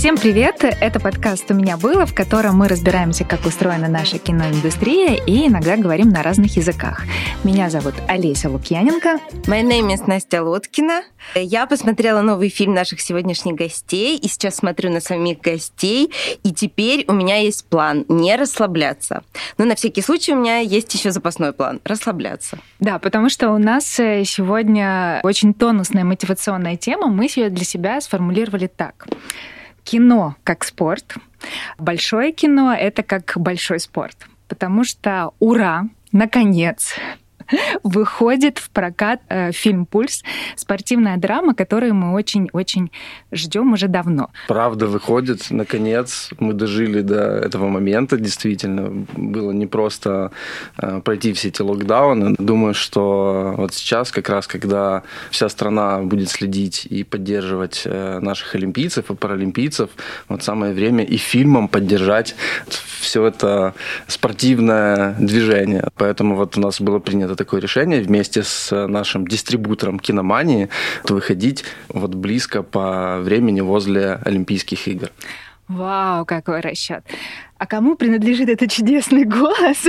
Всем привет! Это подкаст «У меня было», в котором мы разбираемся, как устроена наша киноиндустрия и иногда говорим на разных языках. Меня зовут Олеся Лукьяненко. My name is Настя Лоткина. Я посмотрела новый фильм наших сегодняшних гостей и сейчас смотрю на самих гостей, и теперь у меня есть план не расслабляться. Но на всякий случай у меня есть еще запасной план — расслабляться. Да, потому что у нас сегодня очень тонусная мотивационная тема. Мы ее для себя сформулировали так. Кино как спорт. Большое кино — это как большой спорт. Потому что, ура, наконец, выходит в прокат фильм «Пульс», спортивная драма, которую мы очень-очень ждем уже давно. Правда, выходит, наконец. Мы дожили до этого момента, действительно. Было непросто пройти все эти локдауны. Думаю, что вот сейчас, как раз, когда вся страна будет следить и поддерживать наших олимпийцев и паралимпийцев, вот самое время и фильмом поддержать все это спортивное движение. Поэтому вот у нас было принято такое решение вместе с нашим дистрибутором «Киномании» выходить вот близко по времени возле Олимпийских игр. Вау, какой расчет! А кому принадлежит этот чудесный голос?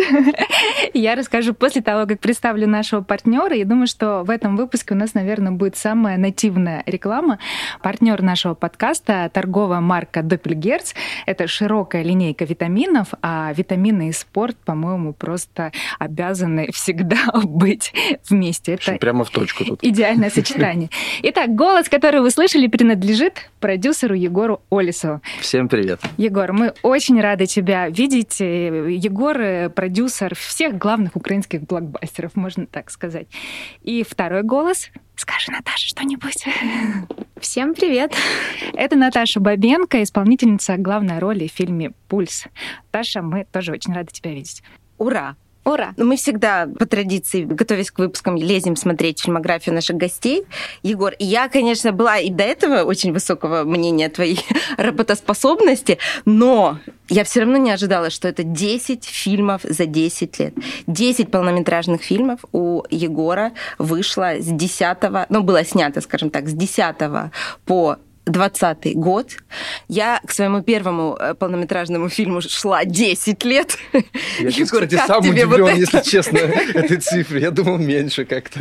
Я расскажу после того, как представлю нашего партнера. Я думаю, что в этом выпуске у нас, наверное, будет самая нативная реклама. Партнер нашего подкаста — торговая марка Doppelgerz. Это широкая линейка витаминов, а витамины и спорт, по-моему, просто обязаны всегда быть вместе. Это прямо в точку тут. Идеальное сочетание. Итак, голос, который вы слышали, принадлежит продюсеру Егору Олесову. Всем привет. Егор, мы очень рады тебя видеть. Егор — продюсер всех главных украинских блокбастеров, можно так сказать. И второй голос. Скажи, Наташа, что-нибудь. Всем привет. Это Наташа Бабенко, исполнительница главной роли в фильме «Пульс». Наташа, мы тоже очень рады тебя видеть. Ура! Ура! Мы всегда, по традиции, готовясь к выпускам, лезем смотреть фильмографию наших гостей. Егор, я, конечно, была и до этого очень высокого мнения о твоей работоспособности, но я все равно не ожидала, что это 10 фильмов за 10 лет. 10 полнометражных фильмов у Егора вышло с 10-го, было снято, скажем так, с 10 по 2020 год. Я к своему первому полнометражному фильму шла 10 лет. Я, кстати, сам удивлен, если честно, этой цифре. Я думал, меньше как-то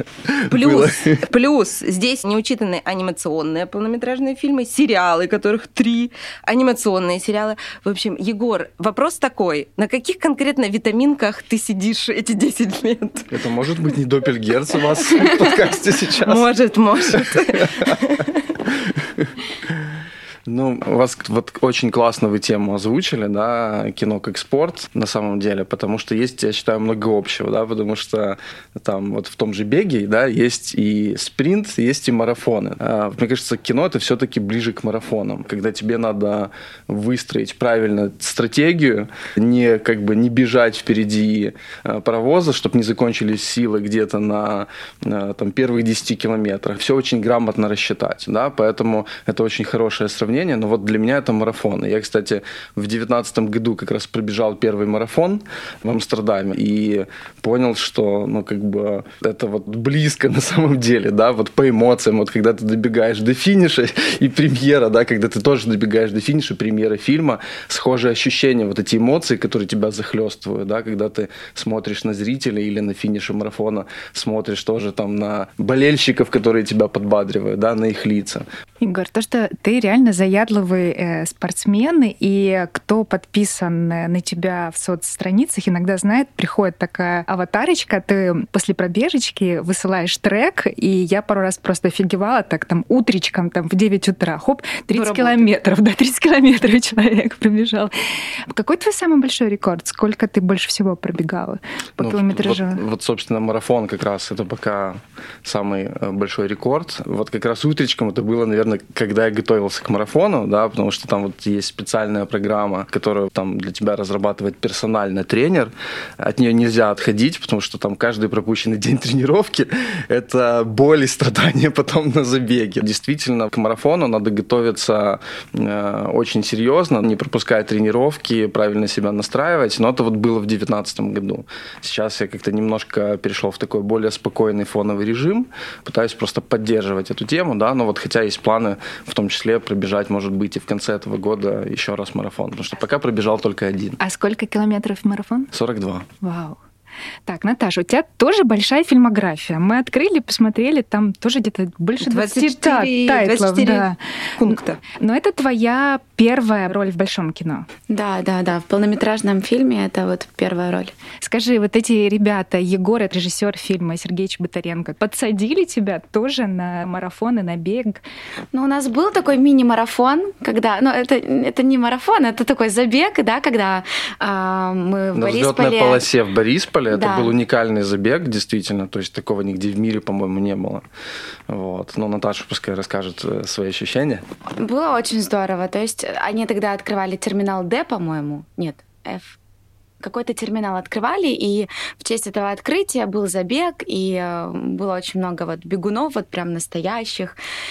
Плюс здесь не учитаны анимационные полнометражные фильмы, сериалы, которых 3, анимационные сериалы. В общем, Егор, вопрос такой. На каких конкретно витаминках ты сидишь эти 10 лет? Это может быть не Doppelgerz у вас в подкасте сейчас? Может. У вас вот очень классно вы тему озвучили, да, кино как спорт на самом деле, потому что есть, я считаю, много общего, да, потому что там вот в том же беге, да, есть и спринт, есть и марафоны. Мне кажется, кино — это все-таки ближе к марафонам, когда тебе надо выстроить правильно стратегию, не бежать впереди паровоза, чтобы не закончились силы где-то на первых 10 километрах. Все очень грамотно рассчитать, да, поэтому это очень хорошее сравнение. Но вот для меня это марафон. Я, кстати, в 2019 году как раз пробежал первый марафон в Амстердаме и понял, что, это вот близко на самом деле, да, вот по эмоциям, вот когда ты добегаешь до финиша и премьера, да, когда ты тоже добегаешь до финиша, премьера фильма, схожие ощущения, вот эти эмоции, которые тебя захлестывают, да, когда ты смотришь на зрителей или на финише марафона, смотришь тоже там на болельщиков, которые тебя подбадривают, да, на их лица. Егор, то, что ты реально заядлый спортсмен, и кто подписан на тебя в соцстраницах, иногда знает, приходит такая аватарочка, ты после пробежечки высылаешь трек, и я пару раз просто офигевала, утречком, в 9 утра, 30 километров, 30 километров человек пробежал. Какой твой самый большой рекорд? Сколько ты больше всего пробегала по километражу? Вот, собственно, марафон как раз, это пока самый большой рекорд. Вот как раз утречком это было, наверное, когда я готовился к марафону, да, потому что там вот есть специальная программа, которую там для тебя разрабатывает персональный тренер. От нее нельзя отходить, потому что там каждый пропущенный день тренировки – это боль и страдания потом на забеге. Действительно, к марафону надо готовиться очень серьезно, не пропускать тренировки, правильно себя настраивать. Но это вот было в 2019 году. Сейчас я как-то немножко перешел в такой более спокойный фоновый режим, пытаюсь просто поддерживать эту тему, да, но вот хотя есть планы в том числе пробежать пробежать, может быть, и в конце этого года еще раз марафон, потому что пока пробежал только один. А сколько километров марафон? 42. Вау. Так, Наташа, у тебя тоже большая фильмография. Мы открыли, посмотрели, там тоже где-то больше 20 тайтлов. 24 да. пункта. Но это твоя первая роль в большом кино. Да. В полнометражном фильме это вот первая роль. Скажи, вот эти ребята, Егор, это режиссер фильма, Сергей Чеботаренко, подсадили тебя тоже на марафон и на бег? Ну, у нас был такой мини-марафон, когда... Ну, это не марафон, это такой забег, да, когда мы в На Борисполе... взлетной полосе в Борисполе. Это Да. был уникальный забег, действительно. То есть такого нигде в мире, по-моему, не было. Вот. Но Наташа пускай расскажет свои ощущения. Было очень здорово. То есть они тогда открывали терминал D, по-моему. Нет, F. Какой-то терминал открывали, и в честь этого открытия был забег, и было очень много вот бегунов, вот прям настоящих.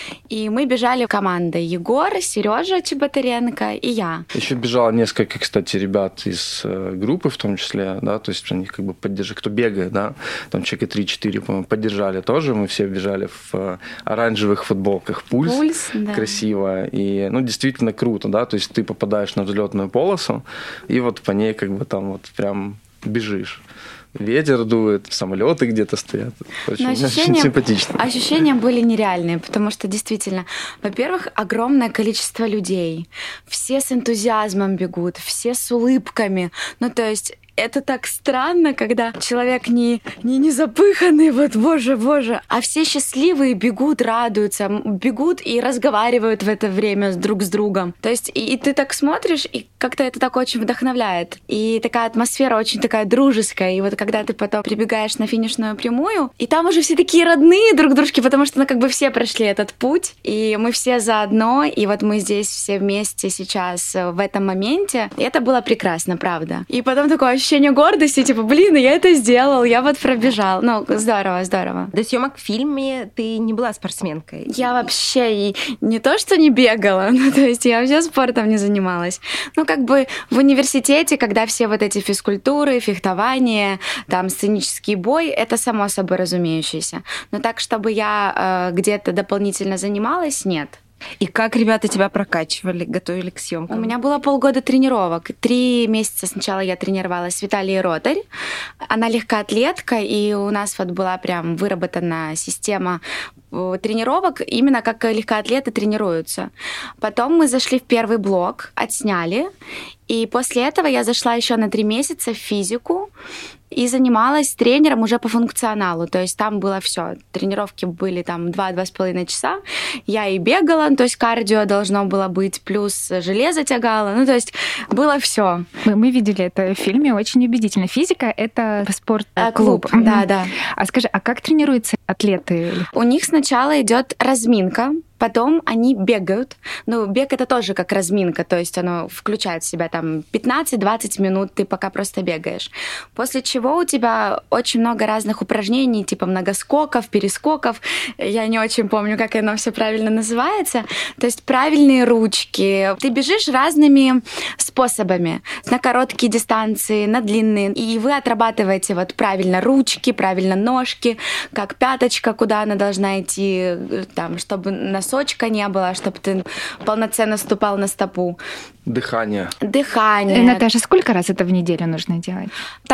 И мы бежали командой: Егор, Сережа Чеботаренко и я. Еще бежало несколько, кстати, ребят из группы, в том числе, да, то есть они как бы поддержали, кто бегает, да, там человека 3-4, по-моему, поддержали тоже. Мы все бежали в оранжевых футболках «Пульс», да. красиво, и, ну, действительно круто, да, то есть ты попадаешь на взлетную полосу, и вот по ней как бы там вот прям бежишь. Ветер дует, самолеты где-то стоят. Очень симпатично. Ощущения были нереальные, потому что действительно, во-первых, огромное количество людей. Все с энтузиазмом бегут, все с улыбками. Ну, то есть это так странно, когда человек не запыханный, вот боже, а все счастливые бегут, радуются, бегут и разговаривают в это время друг с другом. То есть и ты так смотришь, и как-то это так очень вдохновляет. И такая атмосфера очень такая дружеская. И вот когда ты потом прибегаешь на финишную прямую, и там уже все такие родные друг дружки, потому что, ну, как бы все прошли этот путь, и мы все заодно, и вот мы здесь все вместе сейчас в этом моменте. И это было прекрасно, правда. И потом такое ощущение гордости, типа, блин, я это сделал, я вот пробежал. Ну, здорово. До съемок в фильме ты не была спортсменкой? Я вообще не то, что не бегала, ну, то есть я вообще спортом не занималась. Ну, как бы в университете, когда все вот эти физкультуры, фехтование, там, сценический бой, это само собой разумеющееся. Но так, чтобы я где-то дополнительно занималась, нет. И как ребята тебя прокачивали, готовили к съемкам? У меня было полгода тренировок. 3 месяца сначала я тренировалась с Виталией Ротарь. Она легкоатлетка, и у нас вот была прям выработана система тренировок, именно как легкоатлеты тренируются. Потом мы зашли в первый блок, отсняли, и после этого я зашла еще на 3 месяца в физику и занималась тренером уже по функционалу. То есть там было все. Тренировки были там 2-2,5 часа. Я и бегала, то есть кардио должно было быть, плюс железо тягала. Ну, то есть было все. Мы видели это в фильме, очень убедительно. Физика — это спорт-клуб. Да. А скажи, а как тренируются атлеты? У них сначала идет разминка, потом они бегают. Ну, бег — это тоже как разминка, то есть оно включает в себя там 15-20 минут, ты пока просто бегаешь. После чего у тебя очень много разных упражнений, типа многоскоков, перескоков. Я не очень помню, как оно все правильно называется. То есть правильные ручки. Ты бежишь разными способами. На короткие дистанции, на длинные. И вы отрабатываете вот правильно ручки, правильно ножки, как пяточка, куда она должна идти, там, чтобы носочка не было, чтобы ты полноценно ступал на стопу. Дыхание. Наташа, сколько раз это в неделю нужно делать?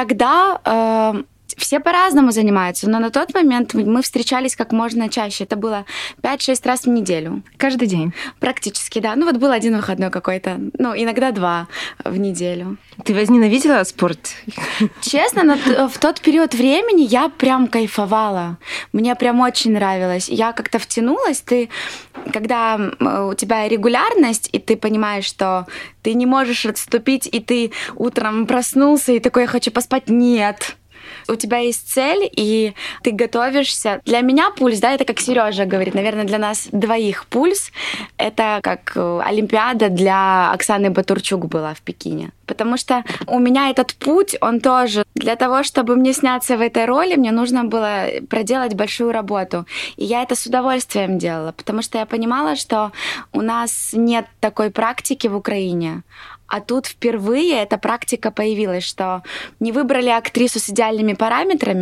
Тогда все по-разному занимаются, но на тот момент мы встречались как можно чаще. Это было 5-6 раз в неделю. Каждый день? Практически, да. Ну вот был один выходной какой-то, ну иногда 2 в неделю. Ты возненавидела спорт? Честно, в тот период времени я прям кайфовала. Мне прям очень нравилось. Я как-то втянулась. Когда у тебя регулярность, и ты понимаешь, что ты не можешь отступить, и ты утром проснулся, и такой, я хочу поспать. Нет. У тебя есть цель, и ты готовишься. Для меня пульс, да, это как Сережа говорит, наверное, для нас двоих пульс — это как Олимпиада для Оксаны Батурчук была в Пекине. Потому что у меня этот путь, он тоже... Для того, чтобы мне сняться в этой роли, мне нужно было проделать большую работу. И я это с удовольствием делала, потому что я понимала, что у нас нет такой практики в Украине. А тут впервые эта практика появилась, что не выбрали актрису с идеальными параметрами,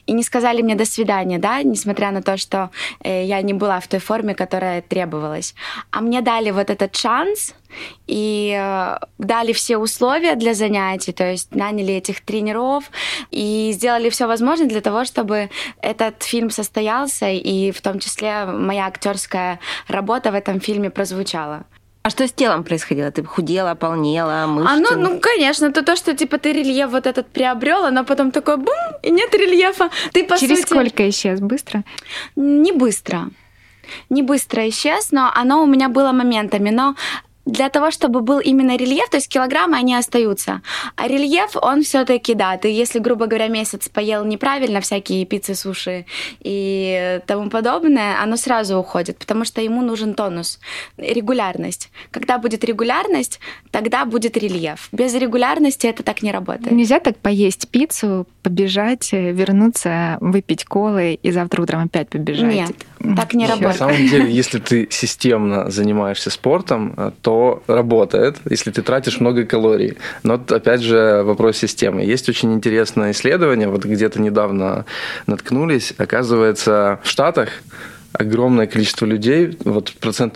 и не сказали мне «до свидания», да, несмотря на то, что я не была в той форме, которая требовалась. А мне дали вот этот шанс и дали все условия для занятий, то есть наняли этих тренеров и сделали все возможное для того, чтобы этот фильм состоялся, и в том числе моя актерская работа в этом фильме прозвучала. А что с телом происходило? Ты худела, полнела, мышцы? Ну, конечно, то, что типа ты рельеф вот этот приобрел, оно потом такое бум, и нет рельефа. Ты, по Через сути... сколько исчез? Быстро? Не быстро. Не быстро исчез, но оно у меня было моментами. Но для того, чтобы был именно рельеф, то есть килограммы, они остаются. А рельеф, он все-таки, да, ты, если, грубо говоря, месяц поел неправильно, всякие пиццы, суши и тому подобное, оно сразу уходит, потому что ему нужен тонус, регулярность. Когда будет регулярность, тогда будет рельеф. Без регулярности это так не работает. Нельзя так поесть пиццу, побежать, вернуться, выпить колы и завтра утром опять побежать. Нет, так не работает. На самом деле, если ты системно занимаешься спортом, то работает, если ты тратишь много калорий. Но опять же вопрос системы. Есть очень интересное исследование, вот где-то недавно наткнулись, оказывается, в Штатах огромное количество людей, вот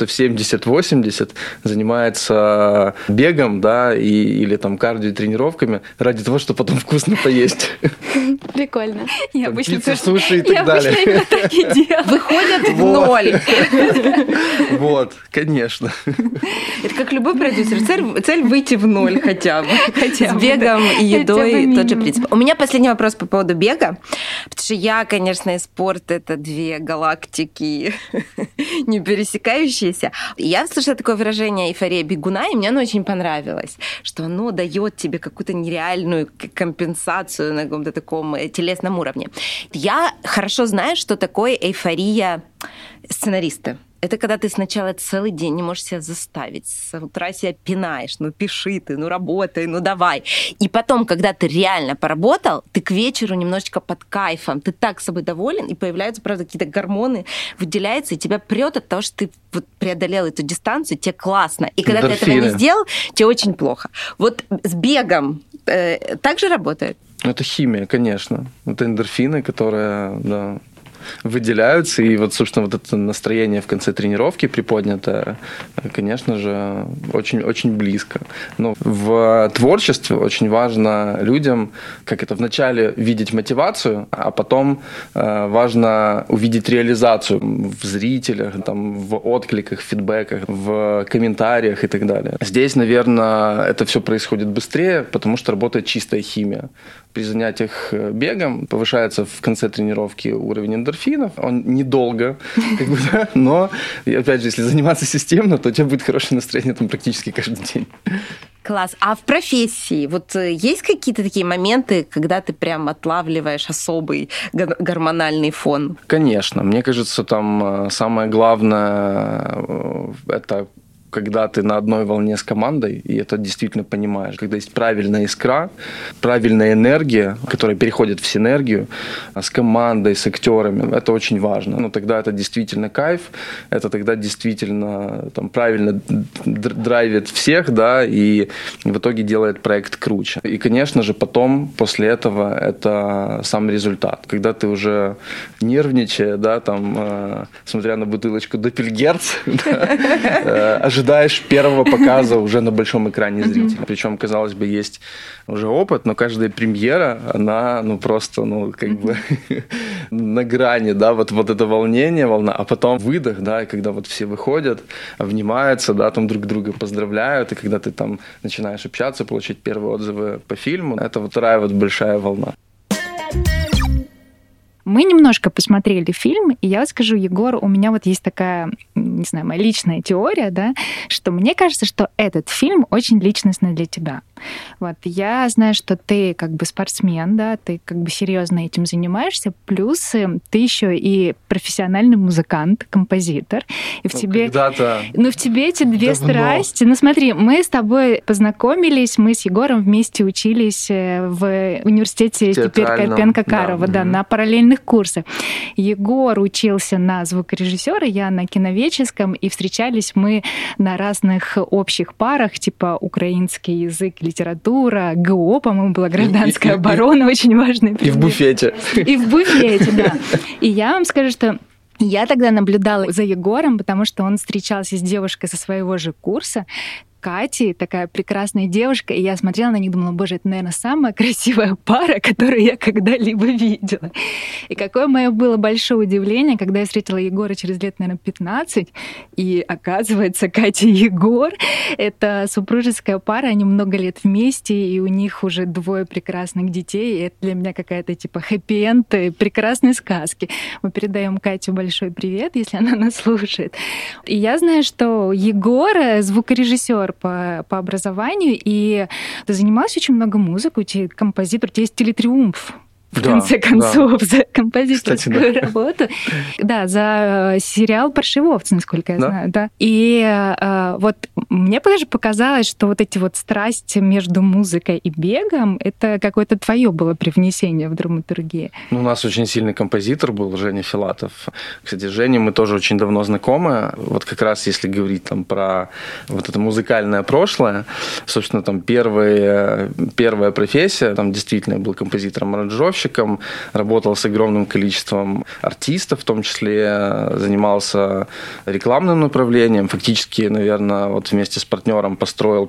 70-80% занимается бегом, да, или там кардиотренировками ради того, чтобы потом вкусно поесть. Прикольно. Я обычно пицца, суши и так далее. Я обычно так и делаю. Выходят в ноль. Вот, конечно. Это как любой продюсер. Цель выйти в ноль хотя бы. Хотя С бы, бегом да. и едой Хотя бы тот же минимум. принцип. У меня последний вопрос по поводу бега. Потому что я, конечно, и спорт — это две галактики не пересекающиеся. Я слышала такое выражение «эйфория бегуна», и мне оно очень понравилось, что оно дает тебе какую-то нереальную компенсацию на каком-то таком телесном уровне. Я хорошо знаю, что такое эйфория сценариста. Это когда ты сначала целый день не можешь себя заставить, с утра себя пинаешь, ну пиши ты, ну работай, ну давай. И потом, когда ты реально поработал, ты к вечеру немножечко под кайфом, ты так собой доволен, и появляются, правда, какие-то гормоны, выделяются, и тебя прет от того, что ты вот преодолел эту дистанцию, тебе классно. И когда ты этого не сделал, тебе очень плохо. Вот с бегом так же работает? Это химия, конечно. Это эндорфины, которые, да, выделяются, и вот, собственно, вот это настроение в конце тренировки приподнятое, конечно же, очень близко. Но в творчестве очень важно людям, как это, вначале видеть мотивацию, а потом важно увидеть реализацию в зрителях, там, в откликах, фидбэках, в комментариях и так далее. Здесь, наверное, это все происходит быстрее, потому что работает чистая химия. При занятиях бегом повышается в конце тренировки уровень эндорфинов. Он недолго, но, опять же, если заниматься системно, то у тебя будет хорошее настроение там практически каждый день. Класс. А в профессии вот есть какие-то такие моменты, когда ты прям отлавливаешь особый гормональный фон? Конечно. Мне кажется, там самое главное – это когда ты на одной волне с командой, и это действительно понимаешь, когда есть правильная искра, правильная энергия, которая переходит в синергию с командой, с актерами, это очень важно. Ну, тогда это действительно кайф, это тогда действительно там, правильно драйвит всех, да, и в итоге делает проект круче. И, конечно же, потом, после этого, это сам результат. Когда ты уже нервничая, да, там, смотря на бутылочку Доппельгерц, ожидаешь первого показа уже на большом экране зрителя. Причем, казалось бы, есть уже опыт, но каждая премьера, она, ну, просто, ну, как бы на грани, да, вот это волнение, волна, а потом выдох, да, и когда вот все выходят, обнимаются, да, там друг друга поздравляют, и когда ты там начинаешь общаться, получить первые отзывы по фильму, это вот вторая вот большая волна. Мы немножко посмотрели фильм, и я вот скажу, Егор, у меня вот есть такая, не знаю, моя личная теория, да, что мне кажется, что этот фильм очень личностный для тебя. Вот, я знаю, что ты как бы спортсмен, да, ты как бы серьезно этим занимаешься, плюс ты еще и профессиональный музыкант, композитор, и в тебе... Когда-то... Ну, в тебе эти две давно. страсти. Ну, смотри, мы с тобой познакомились, мы с Егором вместе учились в университете теперь Карпенко-Карова, да, на параллельных курсах. Егор учился на звукорежиссера, я на киноведческом, и встречались мы на разных общих парах, типа украинский язык или литература, ГО, по-моему, была гражданская оборона, очень важный предмет. И в буфете. И в буфете, да. И я вам скажу, что я тогда наблюдала за Егором, потому что он встречался с девушкой со своего же курса, Катей, такая прекрасная девушка, и я смотрела на них, думала, боже, это, наверное, самая красивая пара, которую я когда-либо видела. И какое мое было большое удивление, когда я встретила Егора через лет, наверное, 15, и оказывается, Катя и Егор — это супружеская пара, они много лет вместе, и у них уже 2 прекрасных детей, и это для меня какая-то типа хэппи-энд прекрасной сказки. Мы передаем Кате большой привет, если она нас слушает. И я знаю, что Егор — звукорежиссер по образованию, и ты занималась очень много музыкой, у тебя композитор, у тебя есть телетриумф. В конце концов, за композиторскую работу. Да, за сериал «Паршивые овцы», насколько я знаю. Да. И вот мне даже показалось, что вот эти вот страсти между музыкой и бегом — это какое-то твое было привнесение в драматургию. Ну, у нас очень сильный композитор был Женя Филатов. Кстати, с Женей мы тоже очень давно знакомы. Вот как раз если говорить там про вот это музыкальное прошлое, собственно, там первая профессия, там действительно я был композитором-аранжировщиком, работал с огромным количеством артистов, в том числе занимался рекламным направлением. Фактически, наверное, вот вместе с партнером построил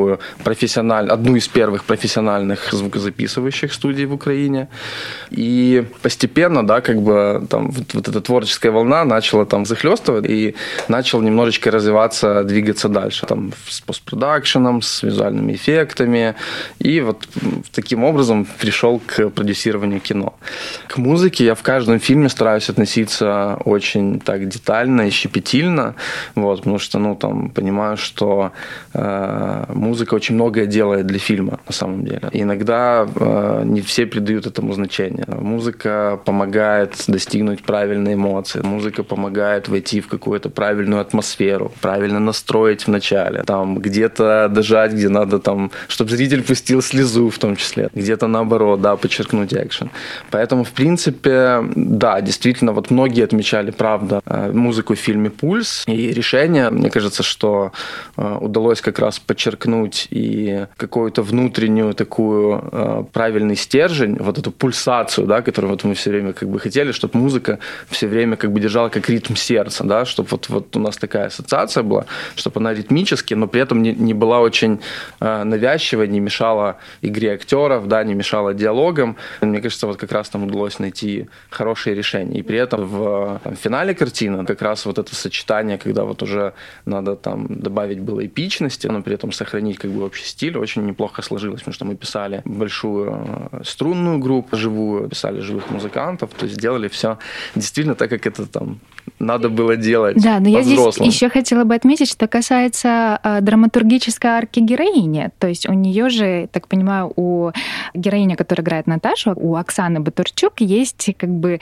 одну из первых профессиональных звукозаписывающих студий в Украине. И постепенно, да, как бы там вот эта творческая волна начала там захлестывать и начал немножечко развиваться, двигаться дальше. Там с постпродакшеном, с визуальными эффектами. И вот таким образом пришел к продюсированию кино. К музыке я в каждом фильме стараюсь относиться очень так детально и щепетильно, вот, потому что, понимаю, что музыка очень многое делает для фильма, на самом деле. И иногда не все придают этому значение. Музыка помогает достигнуть правильной эмоции, музыка помогает войти в какую-то правильную атмосферу, правильно настроить в начале, там, где-то дожать, где надо, там, чтобы зритель пустил слезу в том числе, где-то наоборот, да, подчеркнуть экшен. Поэтому, в принципе, да, действительно, вот многие отмечали, правда, музыку в фильме «Пульс». И решение, мне кажется, что удалось как раз подчеркнуть и какую-то внутреннюю такую правильный стержень, вот эту пульсацию, да, которую вот мы все время как бы хотели, чтобы музыка все время как бы держала как ритм сердца, да, чтобы вот у нас такая ассоциация была, чтобы она ритмически, но при этом не была очень навязчивой, не мешала игре актеров, да, не мешала диалогам. Мне кажется, вот как раз там удалось найти хорошие решения. И при этом в финале картины как раз вот это сочетание, когда вот уже надо там добавить было эпичности, но при этом сохранить как бы общий стиль, очень неплохо сложилось, потому что мы писали большую струнную группу живую, писали живых музыкантов, то есть делали все действительно так, как это там надо было делать. Да, но я здесь еще хотела бы отметить, что касается драматургической арки героини. То есть у нее же, так понимаю, у героини, которая играет Наташу, у Оксаны Батурчук есть как бы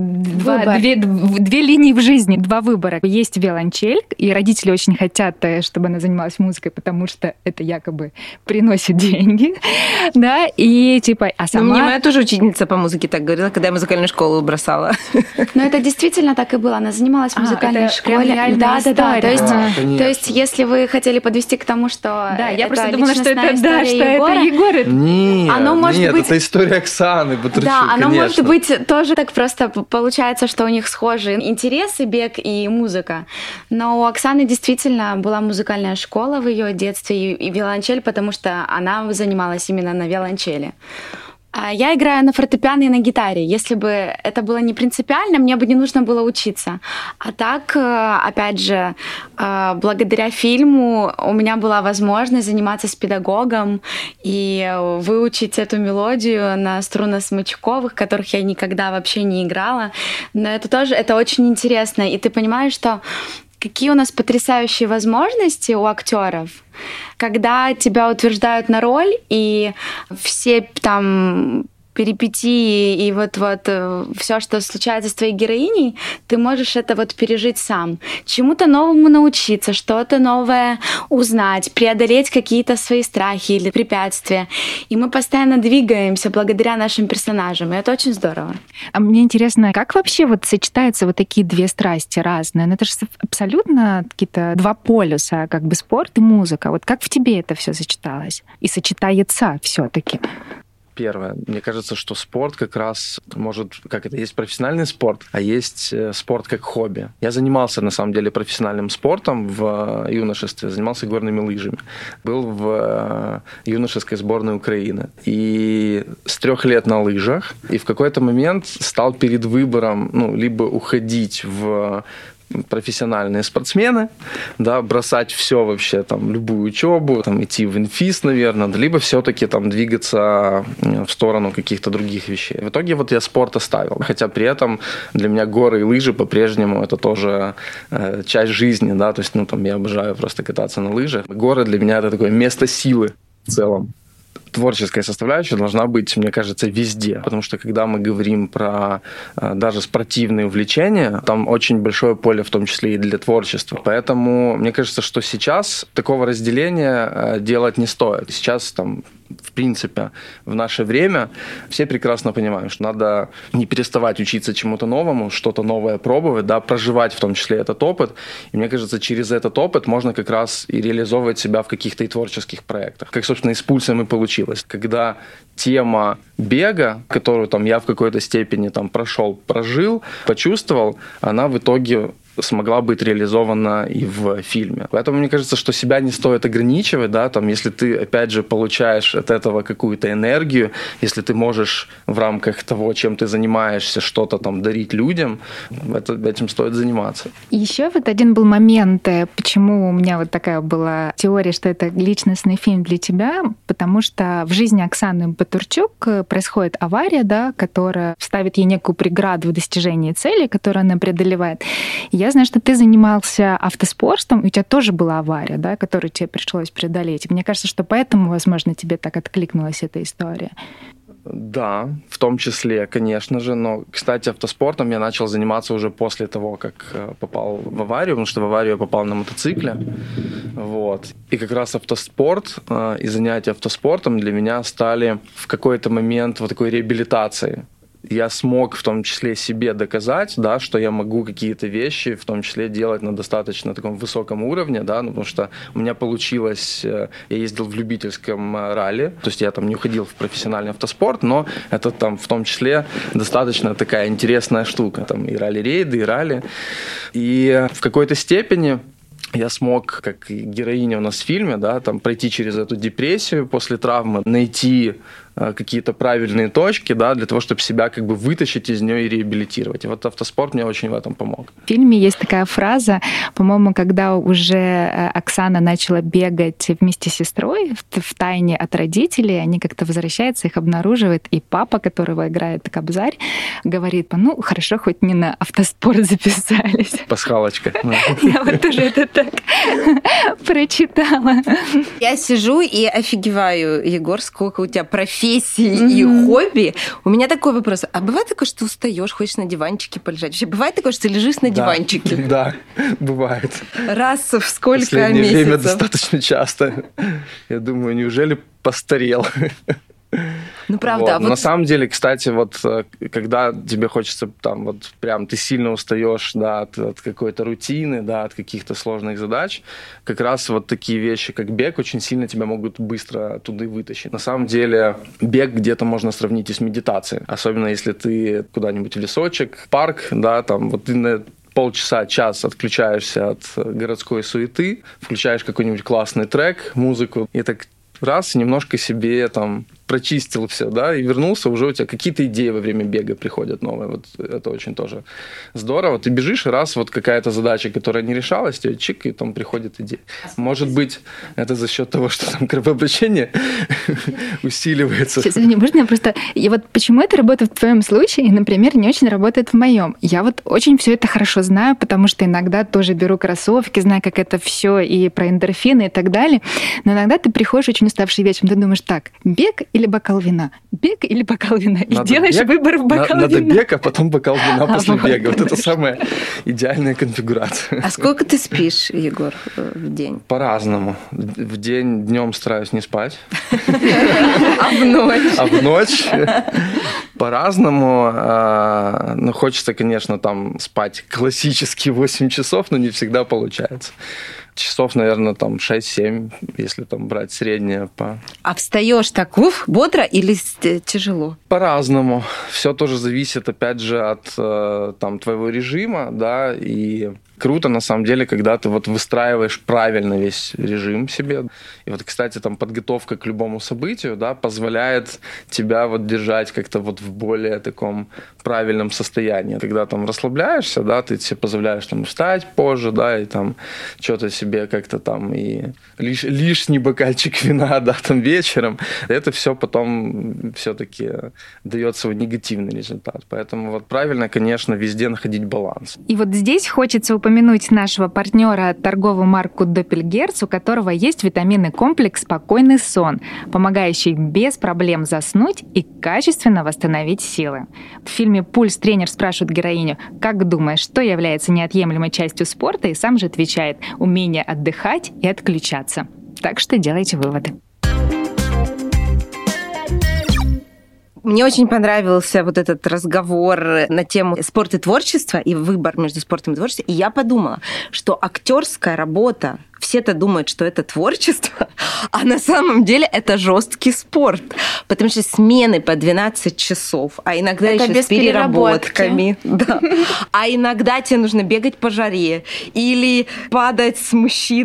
две линии в жизни, 2 выбора. Есть виолончель, и родители очень хотят, чтобы она занималась музыкой, потому что это якобы приносит деньги, да, и типа, а сама... Мне моя тоже учительница по музыке так говорила, когда я музыкальную школу бросала. Но это действительно так и было. Она занималась в музыкальной школе. Да. То есть, если вы хотели подвести к тому, что да, я просто думала, что это Егора. Нет, это история Оксаны Батурчук. Да, оно может быть тоже так просто получается, что у них схожи интересы, бег и музыка. Но у Оксаны действительно была музыкальная школа в ее детстве и виолончель, потому что она занималась именно на виолончели. Я играю на фортепиано и на гитаре. Если бы это было не принципиально, мне бы не нужно было учиться. А так, опять же, благодаря фильму у меня была возможность заниматься с педагогом и выучить эту мелодию на струнно-смычковых, которых я никогда вообще не играла. Но это очень интересно. И ты понимаешь, что какие у нас потрясающие возможности у актеров, когда тебя утверждают на роль, и все там перипетии и вот все, что случается с твоей героиней, ты можешь это вот пережить сам. Чему-то новому научиться, что-то новое узнать, преодолеть какие-то свои страхи или препятствия. И мы постоянно двигаемся благодаря нашим персонажам, и это очень здорово. А мне интересно, как вообще вот сочетаются вот такие две страсти разные? Ну, это же абсолютно какие-то два полюса, как бы спорт и музыка. Вот как в тебе это все сочеталось? И сочетается все-таки? Первое. Мне кажется, что спорт как раз может... Есть профессиональный спорт, а есть спорт как хобби. Я занимался, на самом деле, профессиональным спортом в юношестве. Занимался горными лыжами. Был в юношеской сборной Украины. И с 3 лет на лыжах. И в какой-то момент стал перед выбором, либо уходить в профессиональные спортсмены, да, бросать все вообще, там, любую учебу, там, идти в инфиз, наверное, либо все-таки там двигаться в сторону каких-то других вещей. В итоге вот я спорт оставил, хотя при этом для меня горы и лыжи по-прежнему это тоже часть жизни, да, то есть, я обожаю просто кататься на лыжах. Горы для меня это такое место силы в целом. Творческая составляющая должна быть, мне кажется, везде. Потому что когда мы говорим про даже спортивные увлечения, там очень большое поле, в том числе и для творчества. Поэтому мне кажется, что сейчас такого разделения делать не стоит. Сейчас в принципе, в наше время все прекрасно понимают, что надо не переставать учиться чему-то новому, что-то новое пробовать, да, проживать в том числе этот опыт. И мне кажется, через этот опыт можно как раз и реализовывать себя в каких-то и творческих проектах. Как, собственно, и с пульсом и получилось. Когда тема бега, которую я в какой-то степени прожил, почувствовал, она в итоге смогла быть реализована и в фильме. Поэтому мне кажется, что себя не стоит ограничивать, да, если ты, опять же, получаешь от этого какую-то энергию, если ты можешь в рамках того, чем ты занимаешься, что-то дарить людям, этим стоит заниматься. Еще вот один был момент, почему у меня вот такая была теория, что это личностный фильм для тебя, потому что в жизни Оксаны Батурчук происходит авария, да, которая ставит ей некую преграду в достижении цели, которую она преодолевает. Я знаю, что ты занимался автоспортом, и у тебя тоже была авария, да, которую тебе пришлось преодолеть. И мне кажется, что поэтому, возможно, тебе так откликнулась эта история. Да, в том числе, конечно же. Но, кстати, автоспортом я начал заниматься уже после того, как попал в аварию, потому что в аварию я попал на мотоцикле. Вот. И как раз автоспорт и занятия автоспортом для меня стали в какой-то момент вот такой реабилитацией. Я смог в том числе себе доказать, да, что я могу какие-то вещи в том числе делать на достаточно таком высоком уровне, да, потому что у меня получилось, я ездил в любительском ралли, то есть я не уходил в профессиональный автоспорт, но это в том числе достаточно такая интересная штука, и ралли-рейды, и ралли. И в какой-то степени я смог, как и героиня у нас в фильме, да, пройти через эту депрессию после травмы, найти какие-то правильные точки, да, для того, чтобы себя вытащить из нее и реабилитировать. И вот автоспорт мне очень в этом помог. В фильме есть такая фраза, по-моему, когда уже Оксана начала бегать вместе с сестрой в тайне от родителей, они как-то возвращаются, их обнаруживают, и папа, которого играет Кобзарь, говорит: хорошо, хоть не на автоспорт записались. Пасхалочка. Я вот тоже это так прочитала. Я сижу и офигеваю, Егор, сколько у тебя профессий и хобби. У меня такой вопрос. А бывает такое, что устаешь, хочешь на диванчике полежать? Вообще бывает такое, что ты лежишь на диванчике? Да, бывает. Раз в сколько месяцев? В последнее время достаточно часто. Я думаю, неужели постарел? Правда. Вот. На самом деле, кстати, когда тебе хочется прям ты сильно устаешь, да, от какой-то рутины, да, от каких-то сложных задач, как раз такие вещи, как бег, очень сильно тебя могут быстро оттуда и вытащить. На самом деле, бег где-то можно сравнить и с медитацией, особенно если ты куда-нибудь в лесочек, парк, да, ты на полчаса, час отключаешься от городской суеты, включаешь какой-нибудь классный трек, музыку, и так раз, немножко себе прочистил все, да, и вернулся, уже у тебя какие-то идеи во время бега приходят новые. Вот это очень тоже здорово. Ты бежишь, и раз какая-то задача, которая не решалась, тебе чик, и приходит идея. Может быть, это за счет того, что кровообращение усиливается. Сейчас, извини, можно я просто... почему это работает в твоем случае, и, например, не очень работает в моем? Я очень все это хорошо знаю, потому что иногда тоже беру кроссовки, знаю, как это все и про эндорфины и так далее. Но иногда ты приходишь очень уставший вечером, ты думаешь: так, бег или бокал вина? Бег или бокал вина? И делаешь выбор в бокал вина. Надо бег, а потом бокал вина после бега. Вот это самая идеальная конфигурация. А сколько ты спишь, Егор, в день? По-разному. Днем стараюсь не спать. А в ночь? А в ночь по-разному. Ну, хочется, конечно, там спать классические 8 часов, но не всегда получается. Часов, наверное, там 6-7, если там брать среднее. А встаешь так, бодро или тяжело? По-разному. Все тоже зависит, опять же, от там, твоего режима, да, и круто, на самом деле, когда ты вот выстраиваешь правильно весь режим себе. И вот, кстати, там подготовка к любому событию, да, позволяет тебя вот держать как-то вот в более таком правильном состоянии. Когда там расслабляешься, да, ты себе позволяешь там встать позже, да, и там что-то себе как-то там и лишний бокальчик вина, да, там вечером. Это все потом все-таки дает свой негативный результат. Поэтому вот правильно, конечно, везде находить баланс. И вот здесь хочется упомянуть нашего партнера, торговую марку Doppelgerz, у которого есть витаминный комплекс «Спокойный сон», помогающий без проблем заснуть и качественно восстановить силы. В фильме «Пульс» тренер спрашивает героиню: «Как думаешь, что является неотъемлемой частью спорта?» И сам же отвечает: «Умение отдыхать и отключаться». Так что делайте выводы. Мне очень понравился вот этот разговор на тему спорт и творчество и выбор между спортом и творчеством. И я подумала, что актерская работа, все-то думают, что это творчество, а на самом деле это жесткий спорт, потому что смены по 12 часов, а иногда это еще с переработками. Да. А иногда тебе нужно бегать по жаре или падать с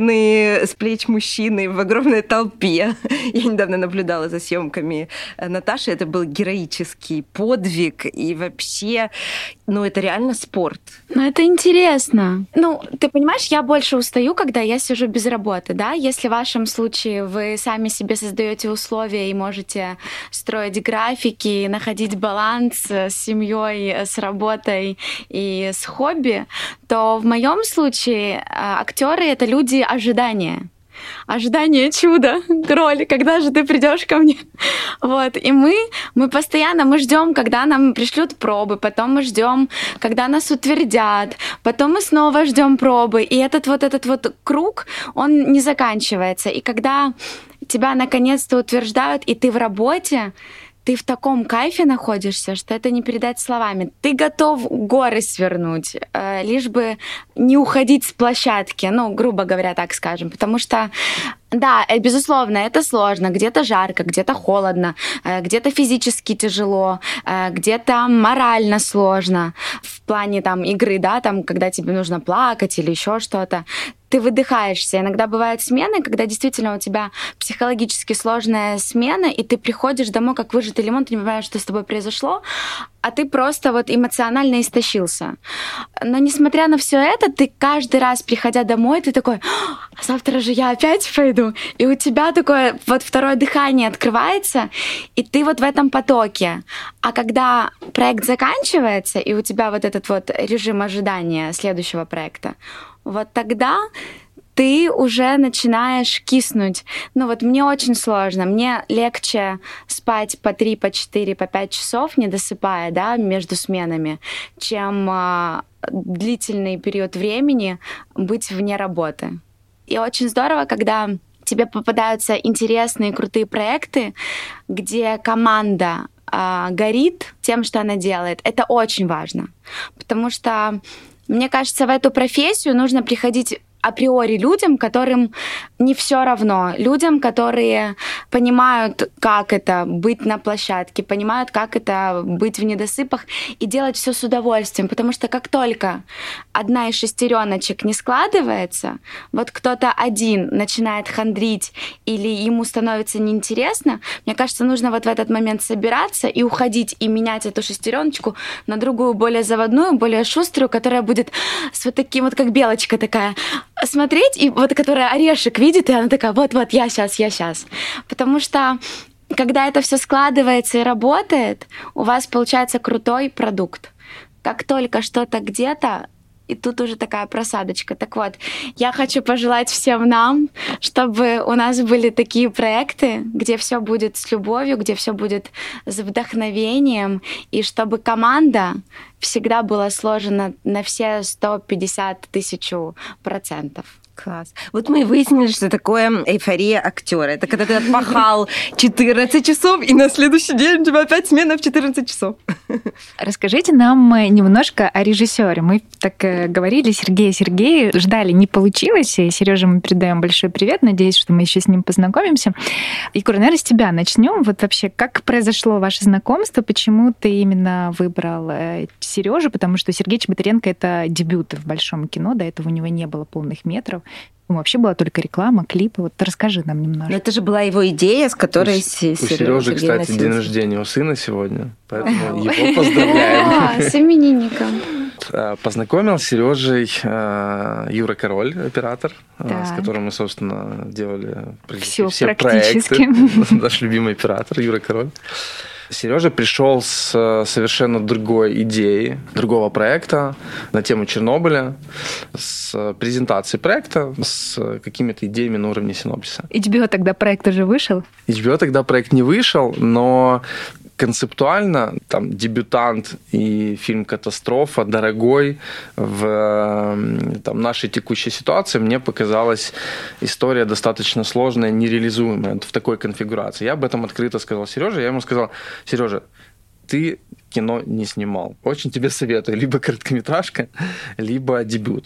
плеч мужчины в огромной толпе. Я недавно наблюдала за съемками Наташи, это был героический подвиг, и вообще, это реально спорт. Это интересно. Ты понимаешь, я больше устаю, когда я сижу без работы, да? Если в вашем случае вы сами себе создаете условия и можете строить графики, находить баланс с семьей, с работой и с хобби, то в моем случае актеры — это люди ожидания. Ожидание чуда, роли, когда же ты придешь ко мне? Вот. И мы постоянно ждем, когда нам пришлют пробы, потом мы ждем, когда нас утвердят, потом мы снова ждем пробы. И этот вот круг, он не заканчивается. И когда тебя наконец-то утверждают, и ты в работе, ты в таком кайфе находишься, что это не передать словами. Ты готов горы свернуть, лишь бы не уходить с площадки, грубо говоря, так скажем. Потому что, да, безусловно, это сложно. Где-то жарко, где-то холодно, где-то физически тяжело, где-то морально сложно. В плане там игры, да, там, когда тебе нужно плакать или еще что-то. Ты выдыхаешься. Иногда бывают смены, когда действительно у тебя психологически сложная смена, и ты приходишь домой как выжатый лимон, ты не понимаешь, что с тобой произошло, а ты просто эмоционально истощился. Но несмотря на все это, ты каждый раз, приходя домой, ты такой: а завтра же я опять пойду. И у тебя такое второе дыхание открывается, и ты в этом потоке. А когда проект заканчивается, и у тебя этот режим ожидания следующего проекта, тогда ты уже начинаешь киснуть. Мне очень сложно. Мне легче спать по 3, по 4, по 5 часов, не досыпая, да, между сменами, чем длительный период времени быть вне работы. И очень здорово, когда тебе попадаются интересные, крутые проекты, где команда горит тем, что она делает. Это очень важно. Потому что, мне кажется, в эту профессию нужно приходить априори людям, которым не все равно, людям, которые понимают, как это быть на площадке, понимают, как это быть в недосыпах и делать все с удовольствием, потому что как только одна из шестереночек не складывается, кто-то один начинает хандрить или ему становится неинтересно, мне кажется, нужно в этот момент собираться и уходить и менять эту шестереночку на другую, более заводную, более шуструю, которая будет с таким как белочка такая, смотреть, и которая орешек видит, и она такая: вот, я сейчас. Потому что, когда это все складывается и работает, у вас получается крутой продукт. Как только что-то где-то И тут уже такая просадочка. Так вот, я хочу пожелать всем нам, чтобы у нас были такие проекты, где все будет с любовью, где все будет с вдохновением, и чтобы команда всегда была сложена на все 150 000%. Класс. Вот мы и выяснили, что такое эйфория актера. Это когда ты отпахал 14 часов, и на следующий день у тебя опять смена в 14 часов. Расскажите нам немножко о режиссере. Мы так говорили, Сергей, ждали, не получилось. И Сереже мы передаем большой привет. Надеюсь, что мы еще с ним познакомимся. Егор, наверное, с тебя начнем. Вот вообще, как произошло ваше знакомство? Почему ты именно выбрал Сережу? Потому что Сергей Чеботаренко — это дебют в большом кино. До этого у него не было полных метров. Вообще была только реклама, клипы. Вот расскажи нам немножко. Но это же была его идея, с которой у Сережи, кстати, носился. день рождения у сына сегодня, поэтому его поздравляем. С именинником. Познакомил с Сережей Юра Король, оператор, с которым мы, собственно, делали все проекты. Наш любимый оператор Юра Король. Сережа пришел с совершенно другой идеей, другого проекта на тему Чернобыля, с презентацией проекта, с какими-то идеями на уровне синопсиса. HBO тогда проект уже вышел? HBO тогда проект не вышел, но концептуально там дебютант и фильм «Катастрофа» дорогой в нашей текущей ситуации, мне показалась история достаточно сложная, нереализуемая в такой конфигурации. Я об этом открыто сказал Сереже. Я ему сказал: Сережа, ты кино не снимал. Очень тебе советую. Либо короткометражка, либо дебют.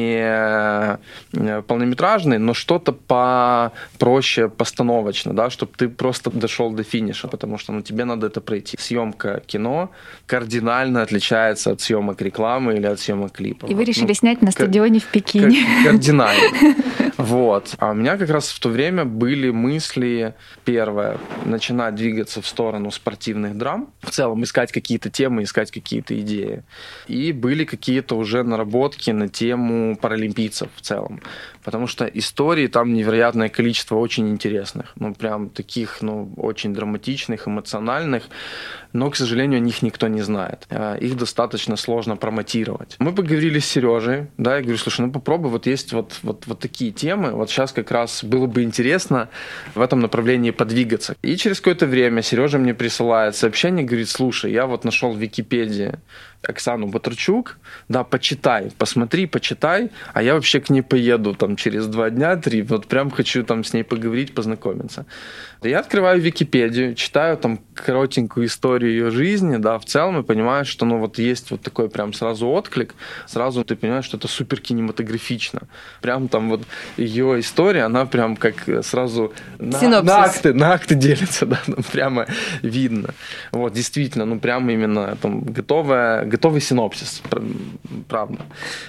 Не полнометражный, но что-то попроще, постановочно, да, чтобы ты просто дошел до финиша, потому что тебе надо это пройти. Съемка кино кардинально отличается от съемок рекламы или от съемок клипов. И вы решили снять на стадионе в Пекине. Кардинально. Вот. А у меня как раз в то время были мысли, первое, начинать двигаться в сторону спортивных драм, в целом искать какие-то темы, искать какие-то идеи. И были какие-то уже наработки на тему паралимпийцев в целом. Потому что историй там невероятное количество очень интересных. Прям таких, очень драматичных, эмоциональных. Но, к сожалению, о них никто не знает. Их достаточно сложно промотировать. Мы поговорили с Сережей, да, я говорю: слушай, попробуй, вот есть вот такие темы, вот сейчас как раз было бы интересно в этом направлении подвигаться. И через какое-то время Сережа мне присылает сообщение, говорит: слушай, я вот нашел в Википедии Оксану Батырчук, да, почитай, посмотри, почитай, а я вообще к ней поеду там через 2 дня, 3, вот прям хочу там с ней поговорить, познакомиться. Я открываю Википедию, читаю там коротенькую историю ее жизни, да, в целом, и понимаю, что, есть вот такой прям сразу отклик, сразу ты понимаешь, что это супер кинематографично. Прям там вот ее история, она прям как сразу на акты делится, да, там прямо видно. Вот, действительно, прямо именно там готовый синопсис, правда.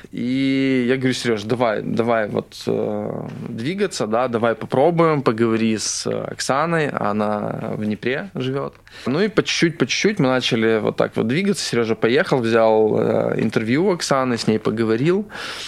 И я говорю: Сереж, давай вот двигаться, да, давай попробуем, поговори с Оксаной, она в Днепре живет. И по чуть-чуть мы начали вот так вот двигаться. Сережа поехал, взял интервью у Оксаны, с ней поговорил.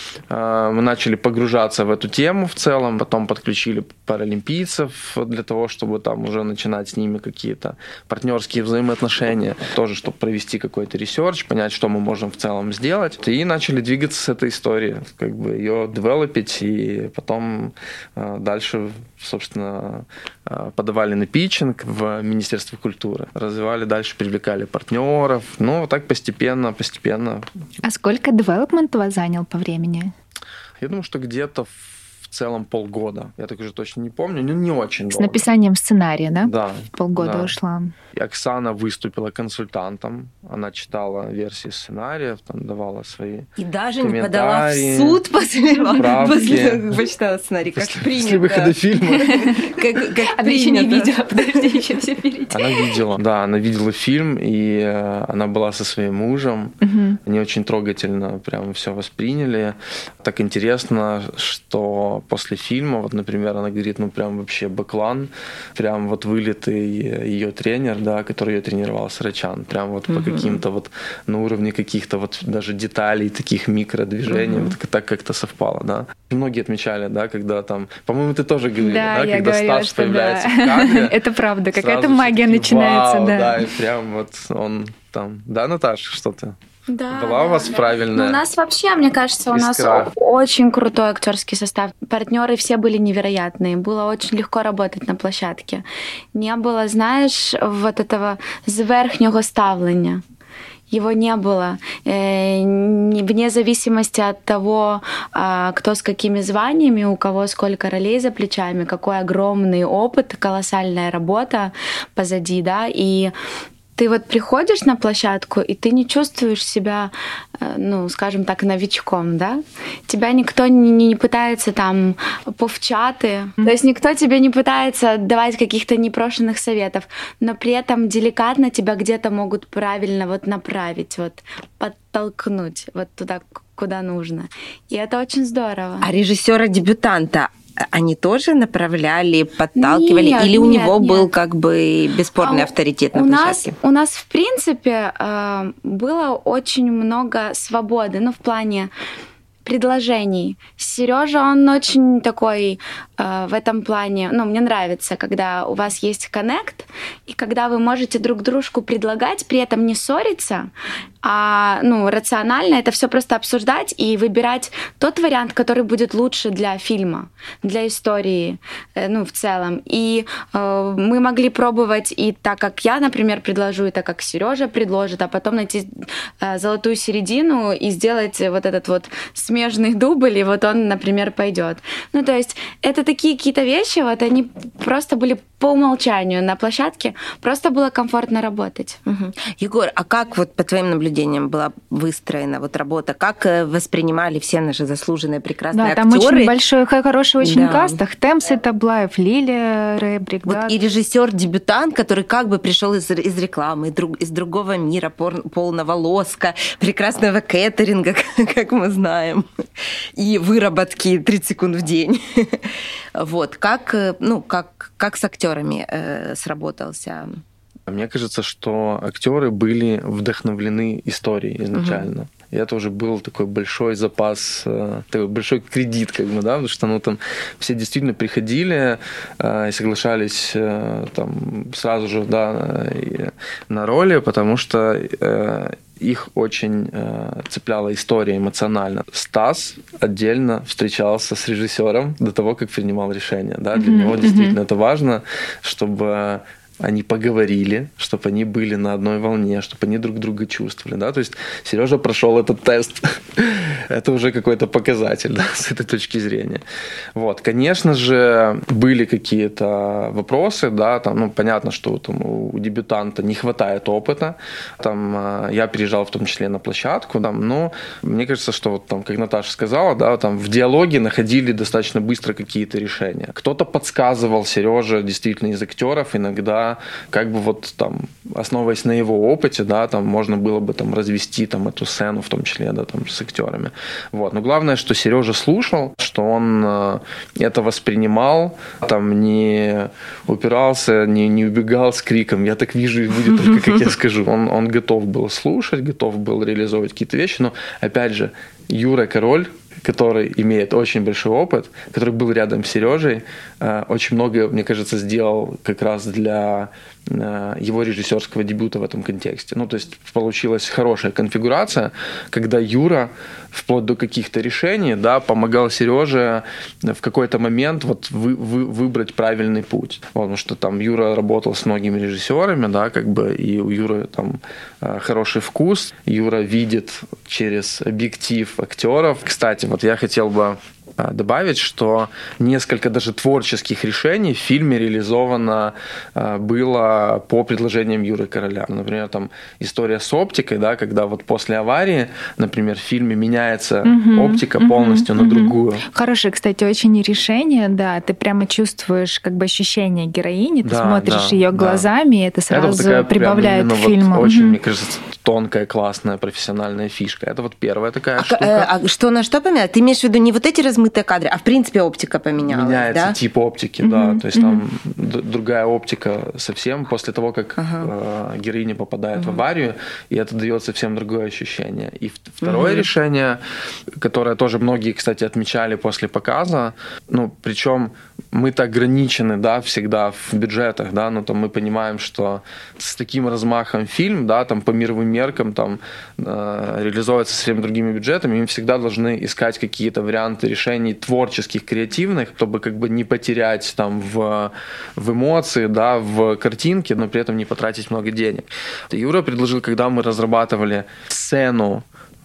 Мы начали погружаться в эту тему в целом, потом подключили паралимпийцев для того, чтобы там уже начинать с ними какие-то партнерские взаимоотношения, тоже чтобы провести какой-то ресерч, понять, что мы можем в целом сделать. И начали двигаться с этой историей, как бы ее девелопить, и потом дальше, собственно, подавали на питчинг в Министерство культуры, развивали дальше, привлекали партнеров. Вот так постепенно. А сколько девелопмент у вас занял по времени? Я думаю, что где-то в целом полгода. Я так уже точно не помню, но не очень долго. С написанием сценария, да? Да. Полгода ушла. И Оксана выступила консультантом. Она читала версии сценариев, там давала свои и даже не подала в суд после почитала сценарий, как принято. После выхода фильма. Она еще не видела, подожди, еще все впереди. Она видела, да, она видела фильм, и она была со своим мужем. Они очень трогательно прям все восприняли. Так интересно, что после фильма, вот, например, она говорит, прям вообще баклан, прям вот вылитый ее тренер, да, который ее тренировал, Сарачан, прям вот по каким-то вот на уровне каких-то вот даже деталей, таких микродвижений, вот так как-то совпало, да. Многие отмечали, да, когда там, по-моему, ты тоже говорила, да, когда Стас появляется в кадре. Это правда, какая-то магия начинается, да. Да, и прям вот он там, да, Наташа, что-то. Да, была у вас правильная? У нас вообще, мне кажется, у нас очень крутой актерский состав. Партнеры все были невероятные. Было очень легко работать на площадке. Не было, знаешь, вот этого зверхнього ставлення. Его не было. Вне зависимости от того, кто с какими званиями, у кого сколько ролей за плечами, какой огромный опыт, колоссальная работа позади, да, и ты вот приходишь на площадку, и ты не чувствуешь себя, ну, скажем так, новичком, да? Тебя никто не пытается там повчаты, то есть никто тебе не пытается давать каких-то непрошенных советов, но при этом деликатно тебя где-то могут правильно вот направить, вот подтолкнуть вот туда, куда нужно. И это очень здорово. А режиссера-дебютанта они тоже направляли, подталкивали? Или у него был как бы бесспорный авторитет на площадке? У нас, в принципе, было очень много свободы, ну, в плане предложений. Сережа, он очень такой в этом плане, ну, мне нравится, когда у вас есть коннект, и когда вы можете друг дружку предлагать, при этом не ссориться, а, ну, рационально это все просто обсуждать и выбирать тот вариант, который будет лучше для фильма, для истории, ну, в целом. И мы могли пробовать и так, как я, например, предложу, и так, как Сережа предложит, а потом найти золотую середину и сделать вот этот вот смежный дубль, и вот он, например, пойдет. Ну, то есть это такие какие-то вещи, вот они просто были по умолчанию на площадке, просто было комфортно работать. Угу. Егор, а как вот по твоим наблюдениям была выстроена вот работа? Как воспринимали все наши заслуженные прекрасные актеры? Да, там очень большой, хороший очень каст. Темс Таблаев, Лилия Ребрик. Вот, да. И режиссер-дебютант, который как бы пришел из рекламы, из другого мира, полного лоска, прекрасного кэтеринга, как мы знаем, и выработки 30 секунд в день. Вот, как с актерами сработался? Мне кажется, что актеры были вдохновлены историей изначально. И это уже был такой большой запас, такой большой кредит, как бы, да, потому что, ну, там все действительно приходили и соглашались там сразу же, да, на роли, потому что их очень цепляла история эмоционально. Стас отдельно встречался с режиссером до того, как принимал решение, да, для него действительно это важно, чтобы они поговорили, чтобы они были на одной волне, чтобы они друг друга чувствовали, да, то есть Сережа прошел этот тест, это уже какой-то показатель, да, с этой точки зрения. Вот, конечно же, были какие-то вопросы, да, там, ну, понятно, что там у дебютанта не хватает опыта, там, я приезжал в том числе на площадку, там, но мне кажется, что вот там, как Наташа сказала, да, там в диалоге находили достаточно быстро какие-то решения. Кто-то подсказывал Сереже действительно из актеров иногда, как бы вот там, основываясь на его опыте, да, там можно было бы там развести там эту сцену, в том числе, да, там с актерами. Вот. Но главное, что Сережа слушал, что он это воспринимал, там не упирался, не убегал с криком «я так вижу, и будет только, как я скажу». Он готов был слушать, готов был реализовывать какие-то вещи, но, опять же, Юра Король, который имеет очень большой опыт, который был рядом с Сережей, очень много, мне кажется, сделал как раз для его режиссерского дебюта в этом контексте. Ну, то есть получилась хорошая конфигурация, когда Юра вплоть до каких-то решений, да, помогал Сереже в какой-то момент вот выбрать правильный путь. Вот, потому что там Юра работал с многими режиссерами, да, как бы, и у Юры там хороший вкус. Юра видит через объектив актеров. Кстати, вот я хотел бы добавить, что несколько даже творческих решений в фильме реализовано было по предложениям Юры Короля. Например, там история с оптикой, да, когда вот после аварии, например, в фильме меняется оптика полностью на другую. Хорошее, кстати, очень решение, да, ты прямо чувствуешь как бы ощущение героини, ты смотришь ее глазами, и это сразу это вот прибавляет к фильму. Вот очень, мне кажется, тонкая, классная, профессиональная фишка. Это вот первая такая штука. А что на что поменялось? Ты имеешь в виду не вот эти размытые кадры, а в принципе оптика поменялась, меняется, да? тип оптики, да. То есть там другая оптика совсем после того, как героиня попадает в аварию, и это дает совсем другое ощущение. И второе решение, которое тоже многие, кстати, отмечали после показа, ну, причем мы-то ограничены, да, всегда в бюджетах, да, но там мы понимаем, что с таким размахом фильм, да, там по мировым меркам там реализовывается со всеми другими бюджетами, мы всегда должны искать какие-то варианты решений творческих, креативных, чтобы как бы не потерять там в эмоции, да, в картинке, но при этом не потратить много денег. Юра предложил, когда мы разрабатывали сцену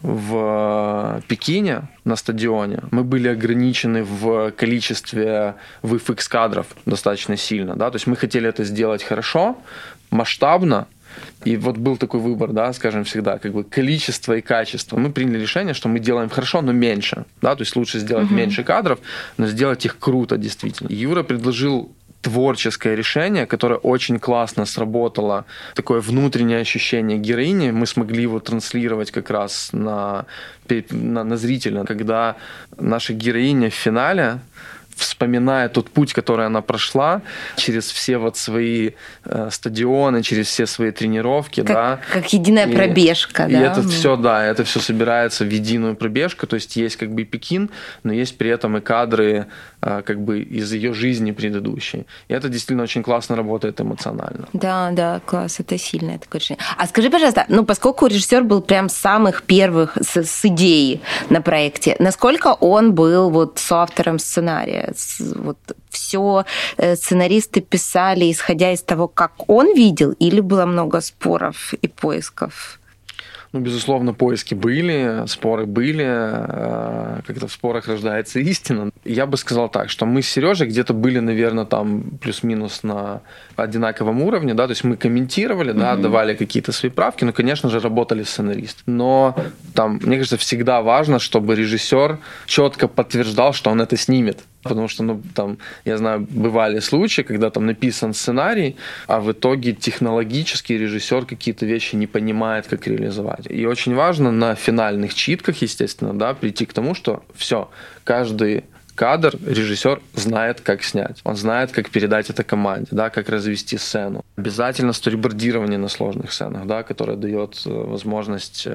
в Пекине на стадионе, мы были ограничены в количестве VFX кадров достаточно сильно, да, то есть мы хотели это сделать хорошо, масштабно, и вот был такой выбор, да, скажем, всегда, как бы количество и качество. Мы приняли решение, что мы делаем хорошо, но меньше, да, то есть лучше сделать меньше кадров, но сделать их круто действительно. И Юра предложил творческое решение, которое очень классно сработало. Такое внутреннее ощущение героини мы смогли его транслировать как раз на зрителя, когда наша героиня в финале, вспоминая тот путь, который она прошла, через все вот свои стадионы, через все свои тренировки, как единая пробежка, да. И это все, да, это все собирается в единую пробежку, то есть есть как бы и Пекин, но есть при этом и кадры как бы из ее жизни предыдущей. И это действительно очень классно работает эмоционально. Да, класс, это сильное такое решение. А скажи, пожалуйста, поскольку режиссер был прям с самых первых с идеей на проекте, насколько он был вот соавтором сценария? Вот все сценаристы писали, исходя из того, как он видел, или было много споров и поисков? Безусловно, поиски были, споры были, когда в спорах рождается истина. Я бы сказал так, что мы с Сережей где-то были, наверное, там плюс-минус на одинаковом уровне, да, то есть мы комментировали, да, давали какие-то свои правки, но, конечно же, работали сценаристы. Но там, мне кажется, всегда важно, чтобы режиссер четко подтверждал, что он это снимет. Потому что, там, я знаю, бывали случаи, когда там написан сценарий, а в итоге технологически режиссер какие-то вещи не понимает, как реализовать. И очень важно на финальных читках, естественно, да, прийти к тому, что все, каждый кадр режиссер знает, как снять. Он знает, как передать это команде, да, как развести сцену. Обязательно сторибордирование на сложных сценах, да, которое дает возможность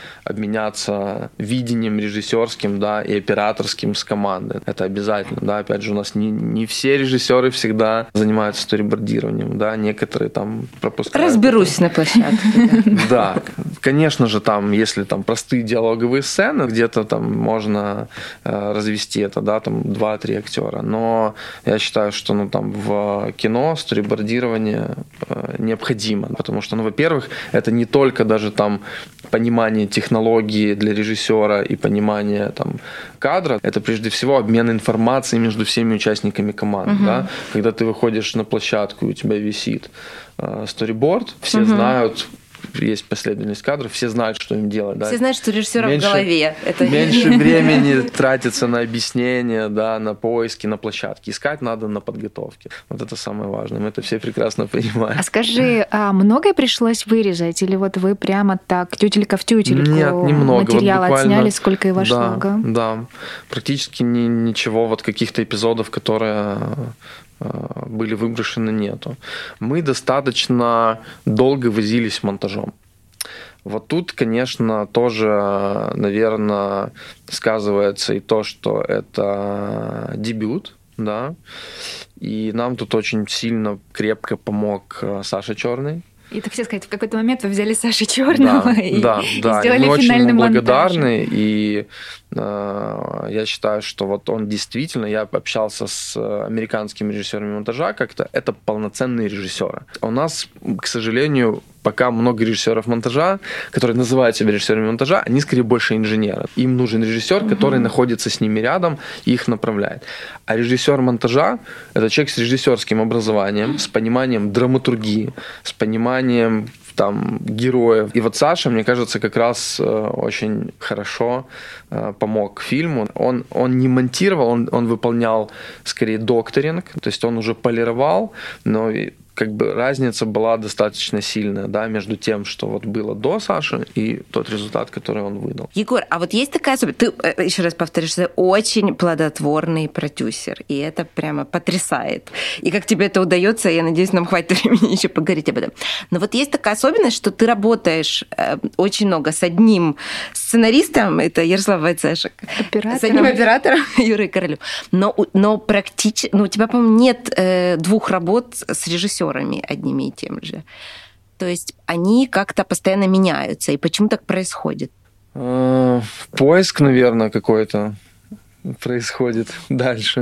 обменяться видением режиссерским, да, и операторским с командой. Это обязательно, да. Опять же, у нас не все режиссеры всегда занимаются сторибордированием, да, некоторые там пропускают. Разберусь на площадке. Да, конечно же, там, если там простые диалоговые сцены, где-то там можно развести это, да, там 2-3 актера. Но я считаю, что там в кино сторибордирование необходимо, потому что, во-первых, это не только даже там понимание технологии для режиссера и понимание там кадра, это прежде всего обмен информацией между всеми участниками команды. Да? Когда ты выходишь на площадку, у тебя висит сториборд, все знают, есть последовательность кадров, все знают, что им делать. Да? Все знают, что режиссера в голове. Меньше времени тратится на объяснение, да, на поиски, на площадке. Искать надо на подготовке. Вот это самое важное. Мы это все прекрасно понимаем. А скажи, многое пришлось вырезать? Или вот вы прямо так тютелька в тютельку? Нет, немного. Материал вот отсняли, сколько и вошло? Да. Практически ничего, вот каких-то эпизодов, которые были выброшены, нету. Мы достаточно долго возились с монтажом. Вот тут, конечно, тоже, наверное, сказывается и то, что это дебют, да, и нам тут очень сильно крепко помог Саша Черный. И, так сказать, в какой-то момент вы взяли Сашу Черного и сделали мы финальный очень монтаж. благодарны, и я считаю, что вот он действительно, я общался с американскими режиссерами монтажа как-то, это полноценные режиссеры. У нас, к сожалению, пока много режиссеров монтажа, которые называют себя режиссерами монтажа, они скорее больше инженеры. Им нужен режиссер, который находится с ними рядом и их направляет. А режиссер монтажа — это человек с режиссерским образованием, с пониманием драматургии, с пониманием там героев. И вот Саша, мне кажется, как раз очень хорошо помог фильму. Он не монтировал, он выполнял скорее докторинг, то есть он уже полировал, но как бы разница была достаточно сильная, да, между тем, что вот было до Саши, и тот результат, который он выдал. Егор, а вот есть такая особенность, ты, еще раз повторишь, ты очень плодотворный продюсер, и это прямо потрясает. И как тебе это удается, я надеюсь, нам хватит времени еще поговорить об этом. Но вот есть такая особенность, что ты работаешь очень много с одним сценаристом, это Ярослав Войцешек, с одним оператором Юрой Королёв, но практически, у тебя, по-моему, нет 2 работ с режиссером одними и тем же. То есть они как-то постоянно меняются. И почему так происходит? Поиск, наверное, какой-то происходит дальше.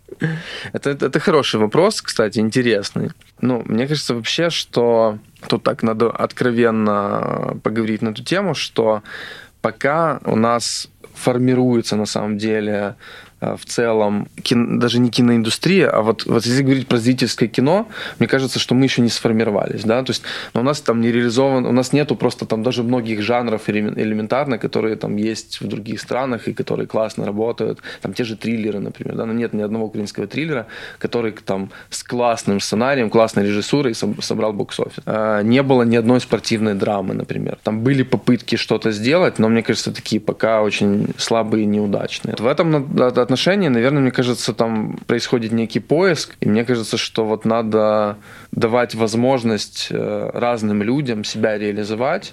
Это хороший вопрос, кстати, интересный. Мне кажется вообще, что тут так надо откровенно поговорить на эту тему, что пока у нас формируется на самом деле в целом даже не киноиндустрия, а вот если говорить про зрительское кино, мне кажется, что мы еще не сформировались, да, то есть у нас там не реализован, у нас нету просто там даже многих жанров элементарно, которые там есть в других странах и которые классно работают, там те же триллеры, например, да, но нет ни одного украинского триллера, который там с классным сценарием, классной режиссурой собрал бокс-офис. Не было ни одной спортивной драмы, например. Там были попытки что-то сделать, но мне кажется, такие пока очень слабые и неудачные. В этом отношении, наверное, мне кажется, там происходит некий поиск, и мне кажется, что вот надо давать возможность разным людям себя реализовать,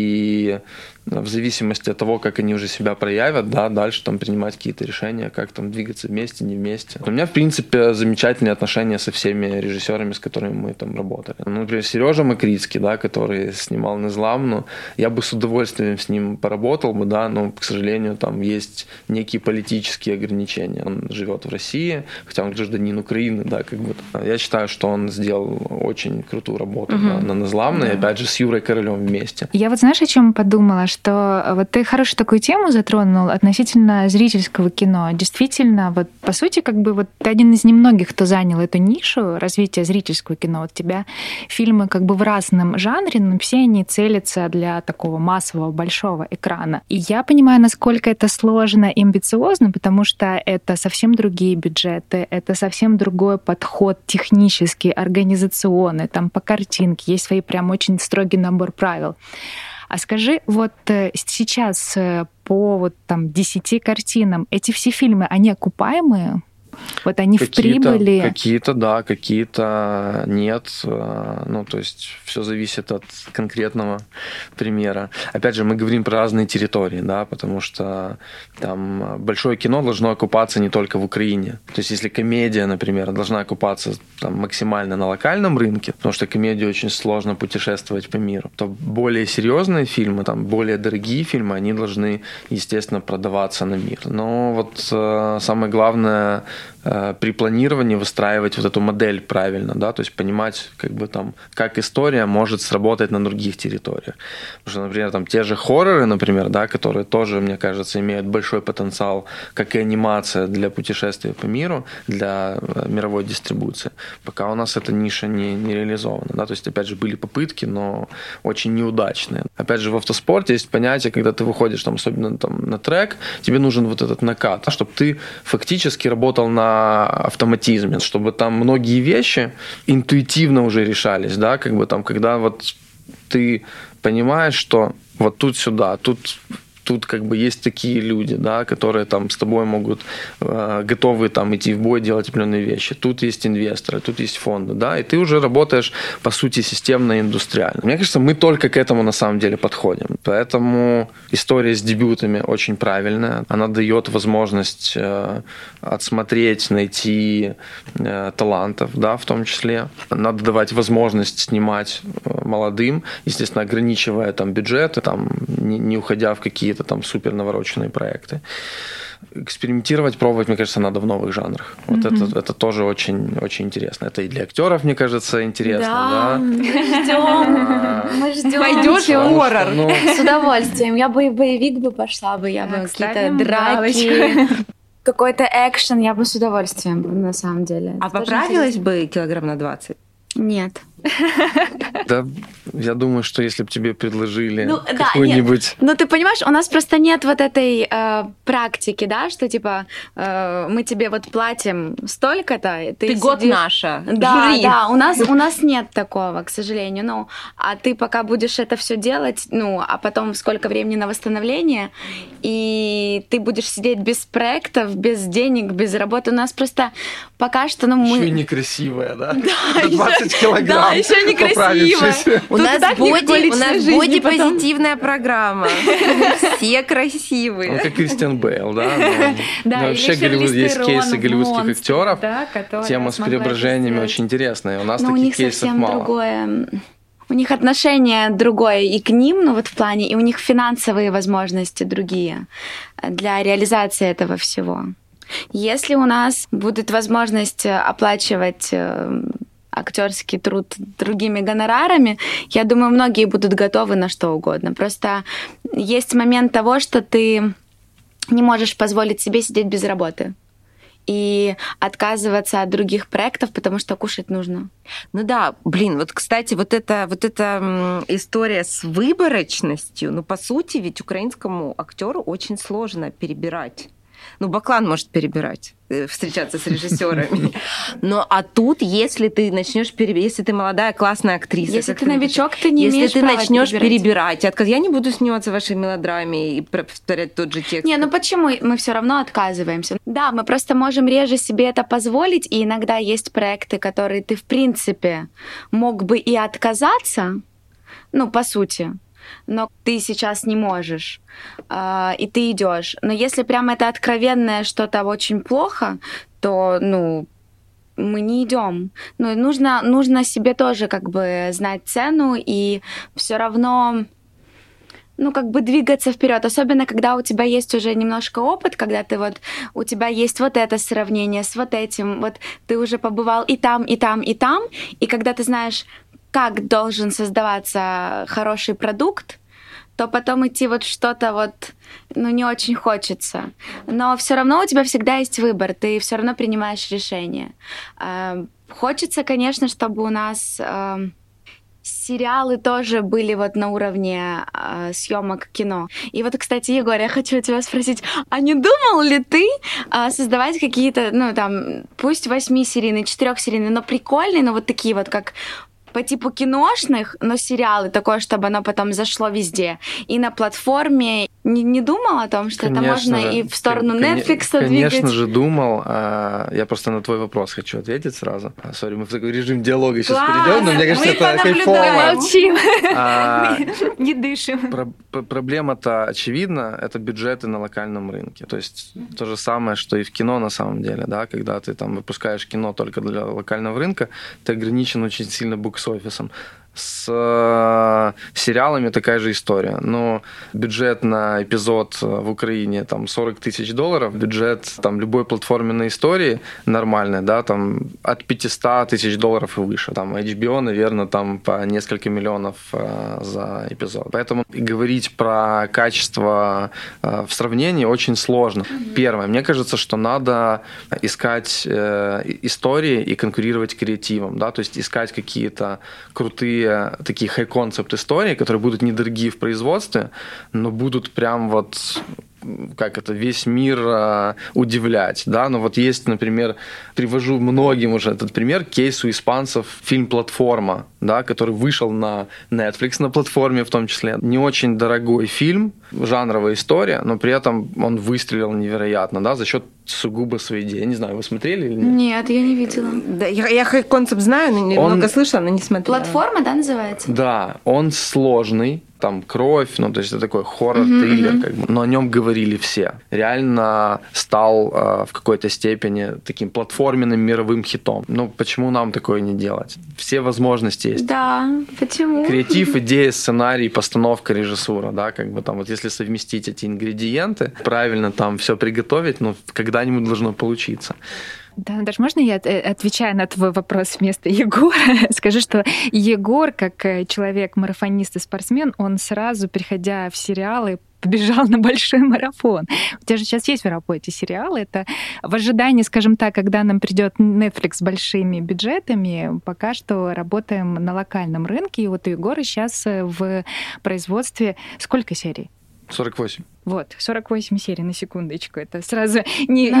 и в зависимости от того, как они уже себя проявят, да, дальше там принимать какие-то решения, как там двигаться вместе, не вместе. У меня, в принципе, замечательные отношения со всеми режиссерами, с которыми мы там работали. Например, Сережа Макритский, да, который снимал «Незламну», я бы с удовольствием с ним поработал бы, да, но, к сожалению, там есть некие политические ограничения. Он живет в России, хотя он гражданин Украины, да, как бы. Я считаю, что он сделал очень крутую работу на «Незламной», опять же, с Юрой Королем вместе. Я вот знаешь, о чем подумала? Что вот ты хорошую такую тему затронул относительно зрительского кино. Действительно, вот по сути, как бы вот ты один из немногих, кто занял эту нишу развития зрительского кино. Вот у тебя фильмы как бы в разном жанре, но все они целятся для такого массового большого экрана. И я понимаю, насколько это сложно и амбициозно, потому что это совсем другие бюджеты, это совсем другой подход технический, организационный, там по картинке, есть свои прям очень строгий набор правил. А скажи, вот сейчас по вот там 10 картинам эти все фильмы, они окупаемые? Вот они в прибыли? Какие-то да, какие-то нет. То есть все зависит от конкретного примера. Опять же, мы говорим про разные территории, да, потому что там большое кино должно окупаться не только в Украине. То есть если комедия, например, должна окупаться там максимально на локальном рынке, потому что комедию очень сложно путешествовать по миру, то более серьезные фильмы, там более дорогие фильмы, они должны, естественно, продаваться на мир. Но вот самое главное при планировании выстраивать вот эту модель правильно, да, то есть понимать, как бы там, как история может сработать на других территориях. Потому что, например, там те же хорроры, например, да, которые тоже, мне кажется, имеют большой потенциал, как и анимация для путешествия по миру, для мировой дистрибуции. Пока у нас эта ниша не реализована, да, то есть, опять же, были попытки, но очень неудачные. Опять же, в автоспорте есть понятие, когда ты выходишь, там, особенно там, на трек, тебе нужен вот этот накат, чтобы ты фактически работал на автоматизме, чтобы там многие вещи интуитивно уже решались, да, как бы там, когда вот ты понимаешь, что вот тут сюда, тут как бы есть такие люди, да, которые там с тобой могут готовы там идти в бой, делать определенные вещи. Тут есть инвесторы, тут есть фонды, да, и ты уже работаешь, по сути, системно и индустриально. Мне кажется, мы только к этому на самом деле подходим. Поэтому история с дебютами очень правильная. Она дает возможность отсмотреть, найти талантов, да, в том числе. Надо давать возможность снимать молодым, естественно, ограничивая там бюджеты, там, не уходя в какие-то там супер навороченные проекты. Экспериментировать, пробовать, мне кажется, надо в новых жанрах. Вот это тоже очень, очень интересно. Это и для актеров, мне кажется, интересно. Да, мы ждем. Пойдешь в хоррор? С удовольствием. Я бы и боевик бы пошла бы, я бы какие-то драки, какой-то экшен, я бы с удовольствием, на самом деле. А поправилась бы килограмм на 20? Нет. Да, я думаю, что если бы тебе предложили какой-нибудь... Ну, ты понимаешь, у нас просто нет вот этой практики, да, что типа мы тебе вот платим столько-то, ты год наша, да, жюри. Да, у нас нет такого, к сожалению. Ну, а ты пока будешь это все делать, ну, а потом сколько времени на восстановление, и ты будешь сидеть без проектов, без денег, без работы. У нас просто пока что, мы... Еще и некрасивая, да? Да, 20 килограмм. Да, еще некрасивая. У нас бодипозитивная программа. Все красивые. Ну, как Кристиан Бейл, да? Да, вообще есть кейсы голливудских актеров. Да, тема с преображениями очень интересная. У нас таких кейсов мало. другое. у них отношение другое и к ним, ну вот в плане, и у них финансовые возможности другие для реализации этого всего. Если у нас будет возможность оплачивать актерский труд другими гонорарами, я думаю, многие будут готовы на что угодно. Просто есть момент того, что ты не можешь позволить себе сидеть без работы и отказываться от других проектов, потому что кушать нужно. Ну да, блин, вот, кстати, вот эта история с выборочностью, ну, по сути, ведь украинскому актеру очень сложно перебирать. Ну, Баклан может перебирать, встречаться с режиссерами. Но а тут, если ты начнешь если ты молодая классная актриса, если ты новичок, ты не имеешь права. Если ты начнешь перебирать, я не буду сниматься в вашей мелодраме и повторять тот же текст. Не, ну почему мы все равно отказываемся? Да, мы просто можем реже себе это позволить, и иногда есть проекты, которые ты в принципе мог бы и отказаться, ну по сути. Но ты сейчас не можешь, и ты идешь. Но если прям это откровенное что-то очень плохо, то, ну, мы не идем. Ну, нужно себе тоже как бы знать цену и все равно, ну, как бы двигаться вперед, особенно когда у тебя есть уже немножко опыт, когда ты вот, у тебя есть вот это сравнение с вот этим, вот ты уже побывал и там, и там, и там, и когда ты знаешь, как должен создаваться хороший продукт, то потом идти вот в что-то вот, ну, не очень хочется. Но все равно у тебя всегда есть выбор, ты все равно принимаешь решение. Хочется, конечно, чтобы у нас сериалы тоже были вот на уровне съемок кино. И вот, кстати, Егор, я хочу у тебя спросить, а не думал ли ты создавать какие-то, ну, там, пусть 8-серийные, 4-серийные, но прикольные, но вот такие вот, как по типу киношных, но сериалы такое, чтобы оно потом зашло везде. И на платформе не думал о том, что конечно, это можно и в сторону Netflix двигать? Конечно же думал. Я просто на твой вопрос хочу ответить сразу. Сори, мы в такой режим диалога сейчас перейдем, но мне кажется, это кайфово. Молчим. Не дышим. Проблема-то очевидна, это бюджеты на локальном рынке. То есть то же самое, что и в кино на самом деле, да, когда ты там выпускаешь кино только для локального рынка, ты ограничен очень сильно бокс-офисом. С сериалами такая же история. Но бюджет на эпизод в Украине там $40 тысяч, бюджет там любой платформенной истории нормальной, да, там от $500 тысяч и выше. Там HBO, наверное, там по несколько миллионов за эпизод. Поэтому говорить про качество в сравнении очень сложно. Первое, мне кажется, что надо искать истории и конкурировать креативом, да, то есть искать какие-то крутые такие хай-концепт истории, которые будут недорогие в производстве, но будут прям вот как это, весь мир удивлять, да, но вот есть, например, привожу многим уже этот пример, кейс у испанцев фильм «Платформа», да, который вышел на Netflix на платформе в том числе, не очень дорогой фильм, жанровая история, но при этом он выстрелил невероятно, да, за счет сугубо своей идеи. Я не знаю, вы смотрели или нет? Нет, я не видела. Да, я концепт знаю, но немного слышала, но не смотрела. «Платформа», да, называется? Да, он сложный, там кровь, ну, то есть это такой хоррор-триллер, как бы, но о нем говорили все. Реально стал в какой-то степени таким платформенным мировым хитом. Ну, почему нам такое не делать? Все возможности есть. Да, почему? Креатив, идея, сценарий, постановка, режиссура, да, как бы там вот если совместить эти ингредиенты, правильно там все приготовить, ну, когда-нибудь должно получиться. Да, Наташа, можно я, отвечая на твой вопрос вместо Егора, скажу, что Егор, как человек-марафонист и спортсмен, он сразу, переходя в сериалы, побежал на большой марафон. У тебя же сейчас есть в работе сериалы. Это в ожидании, скажем так, когда нам придет Netflix с большими бюджетами, пока что работаем на локальном рынке. И вот у Егора сейчас в производстве сколько серий? 48. Вот, 48 серий, на секундочку. Это сразу не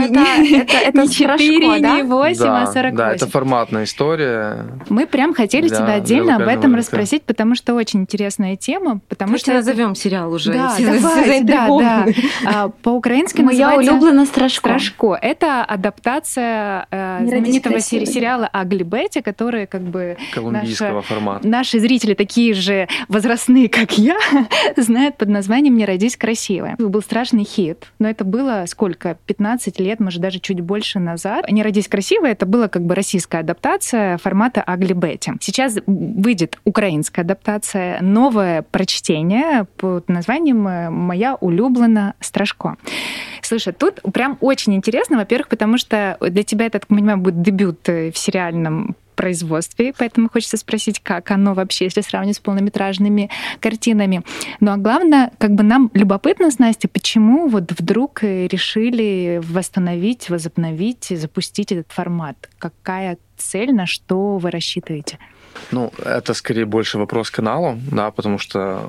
4, не 8, да, а 48. Да, это форматная история. Мы прям хотели тебя отдельно об этом расспросить, потому что очень интересная тема. Потому что назовем сериал уже. Да, давайте, да. По-украински «Моя улюблена Страшко». Это адаптация знаменитого сериала «Агли Бетти», который как бы колумбийского формата. Наши зрители, такие же возрастные, как я, знают под названием «Не родись красивой». Был страшный хит, но это было сколько? 15 лет, может, даже чуть больше назад. «Не родись красивой» — это была как бы российская адаптация формата «Агли Бетти». Сейчас выйдет украинская адаптация, новое прочтение под названием «Моя улюблена Страшко». Слушай, тут прям очень интересно, во-первых, потому что для тебя это, так понимаю, будет дебют в сериальном производстве, поэтому хочется спросить, как оно вообще, если сравнивать с полнометражными картинами. Ну а главное, как бы нам любопытно с Настей, почему вот вдруг решили восстановить, возобновить, запустить этот формат? Какая цель, на что вы рассчитываете? Ну, это скорее больше вопрос каналу, да, потому что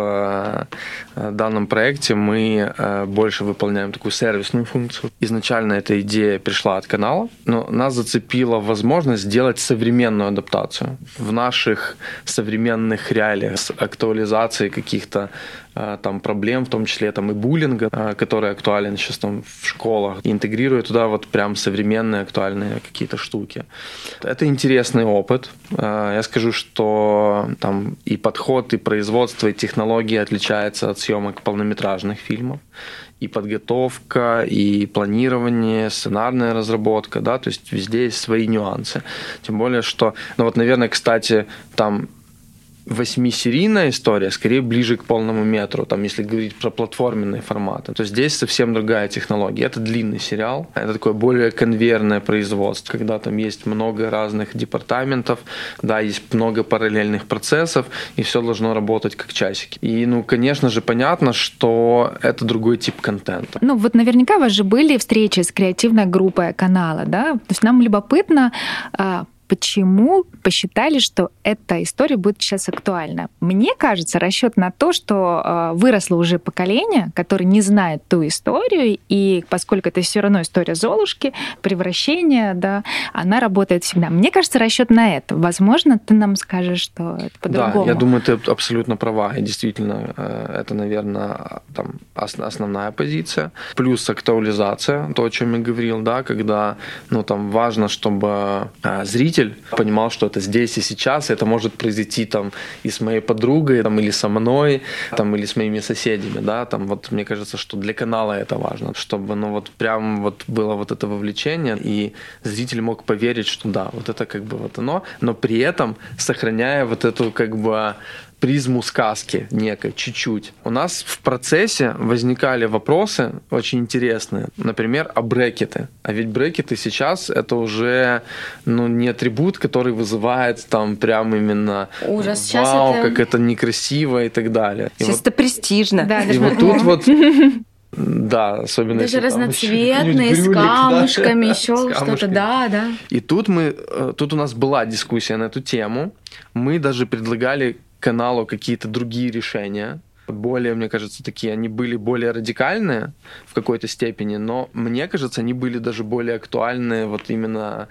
в данном проекте мы больше выполняем такую сервисную функцию. Изначально эта идея пришла от канала, но нас зацепила возможность сделать современную адаптацию в наших современных реалиях с актуализацией каких-то там проблем, в том числе там и буллинга, который актуален сейчас там в школах, и интегрируя туда вот прям современные актуальные какие-то штуки. Это интересный опыт. Я скажу, что там и подход, и производство, и технологии отличаются от съемок полнометражных фильмов. И подготовка, и планирование, сценарная разработка, да, то есть везде есть свои нюансы. Тем более, что, ну вот, наверное, кстати, там 8-серийная история скорее ближе к полному метру, там, если говорить про платформенные форматы. То здесь совсем другая технология. Это длинный сериал, это такое более конвейерное производство, когда там есть много разных департаментов, да, есть много параллельных процессов, и все должно работать как часики. И, ну, конечно же, понятно, что это другой тип контента. Ну, вот наверняка у вас же были встречи с креативной группой канала, да? То есть нам любопытно, почему посчитали, что эта история будет сейчас актуальна. Мне кажется, расчет на то, что выросло уже поколение, которое не знает ту историю, и поскольку это все равно история Золушки, превращения, да, она работает всегда. Мне кажется, расчет на это. Возможно, ты нам скажешь, что это по-другому. Да, я думаю, ты абсолютно права. И действительно, это, наверное, там основная позиция. Плюс актуализация, то, о чем я говорил, да, когда, ну, там важно, чтобы зритель понимал, что это здесь и сейчас, это может произойти там и с моей подругой, там, или со мной, там, или с моими соседями, да, там, вот мне кажется, что для канала это важно, чтобы, ну, вот прям вот было вот это вовлечение, и зритель мог поверить, что да, вот это как бы вот оно, но при этом сохраняя вот эту как бы призму сказки некой, чуть-чуть. У нас в процессе возникали вопросы очень интересные. Например, брекеты. А ведь брекеты сейчас это уже, ну, не атрибут, который вызывает там прям именно ужас. Сейчас вау, это... как это некрасиво и так далее. Сейчас вот, это престижно. Да, и вот тут вот да, особенно даже разноцветные, с камушками, да? Еще что-то, да. И тут у нас была дискуссия на эту тему. Мы даже предлагали каналу какие-то другие решения. Более, мне кажется, такие, они были более радикальные в какой-то степени, но мне кажется, они были даже более актуальные вот именно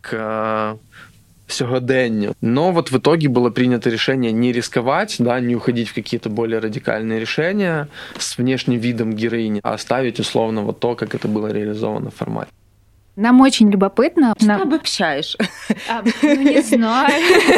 к сьогоденню. Но вот в итоге было принято решение не рисковать, да, не уходить в какие-то более радикальные решения с внешним видом героини, а оставить условно вот то, как это было реализовано в формате. Нам очень любопытно. Что обобщаешь? Ну, не знаю.